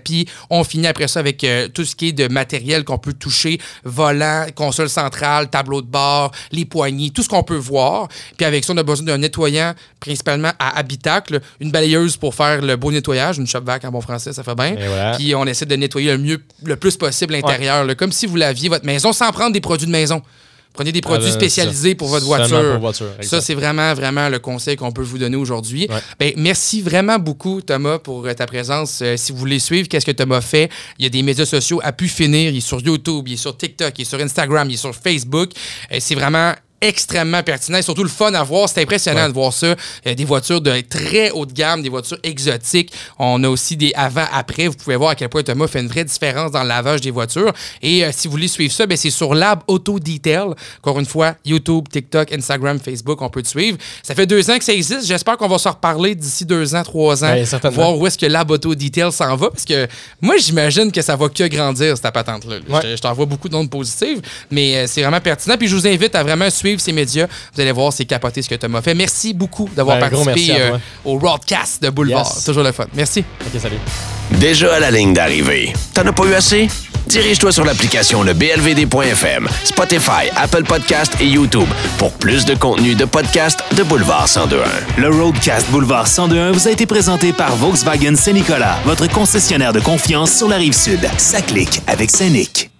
On finit après ça avec euh, tout ce qui est de matériel qu'on peut toucher, volant, console centrale, tableau de bord, les poignées, tout ce qu'on peut voir. Puis avec ça, on a besoin d'un nettoyant principalement à habitacle, une balayeuse pour faire le beau nettoyage, une shop vac en bon français, ça fait bien. Voilà. Puis on essaie de nettoyer le mieux, le plus possible l'intérieur, ouais. là, comme si vous l'aviez votre maison, sans prendre des produits de maison. Prenez des produits ah ben, spécialisés ça, pour votre voiture. Pour voiture ça, c'est vraiment, vraiment le conseil qu'on peut vous donner aujourd'hui. Ouais. Ben, merci vraiment beaucoup, Thomas, pour ta présence. Euh, si vous voulez suivre, qu'est-ce que Thomas fait? Il y a des médias sociaux à pu finir. Il est sur YouTube, il est sur TikTok, il est sur Instagram, il est sur Facebook. Euh, c'est vraiment extrêmement pertinent et surtout le fun à voir. C'est impressionnant ouais. de voir ça. Euh, des voitures de très haut de gamme, des voitures exotiques. On a aussi des avant-après. Vous pouvez voir à quel point Thomas fait une vraie différence dans le lavage des voitures. Et euh, si vous voulez suivre ça, ben, c'est sur Lab Auto Detail. Encore une fois, YouTube, TikTok, Instagram, Facebook, on peut te suivre. Ça fait deux ans que ça existe. J'espère qu'on va s'en reparler d'ici deux ans, trois ans. Ouais, voir où est-ce que Lab Auto Detail s'en va. Parce que moi, j'imagine que ça va que grandir, cette patente-là. Ouais. Je, je t'envoie beaucoup d'ondes positives, mais euh, c'est vraiment pertinent. Puis je vous invite à vraiment suivre ces médias. Vous allez voir, c'est capoté ce que Thomas fait. Merci beaucoup d'avoir ben, participé euh, au Roadcast de Boulevard. Yes. Toujours le fun. Merci. OK, salut. Déjà à la ligne d'arrivée. T'en as pas eu assez? Dirige-toi sur l'application le B L V D point F M, Spotify, Apple Podcast et YouTube pour plus de contenu de podcast de Boulevard cent deux point un. Le Roadcast Boulevard cent deux point un vous a été présenté par Volkswagen Saint-Nicolas, votre concessionnaire de confiance sur la Rive-Sud. Ça clique avec Saint-Nic.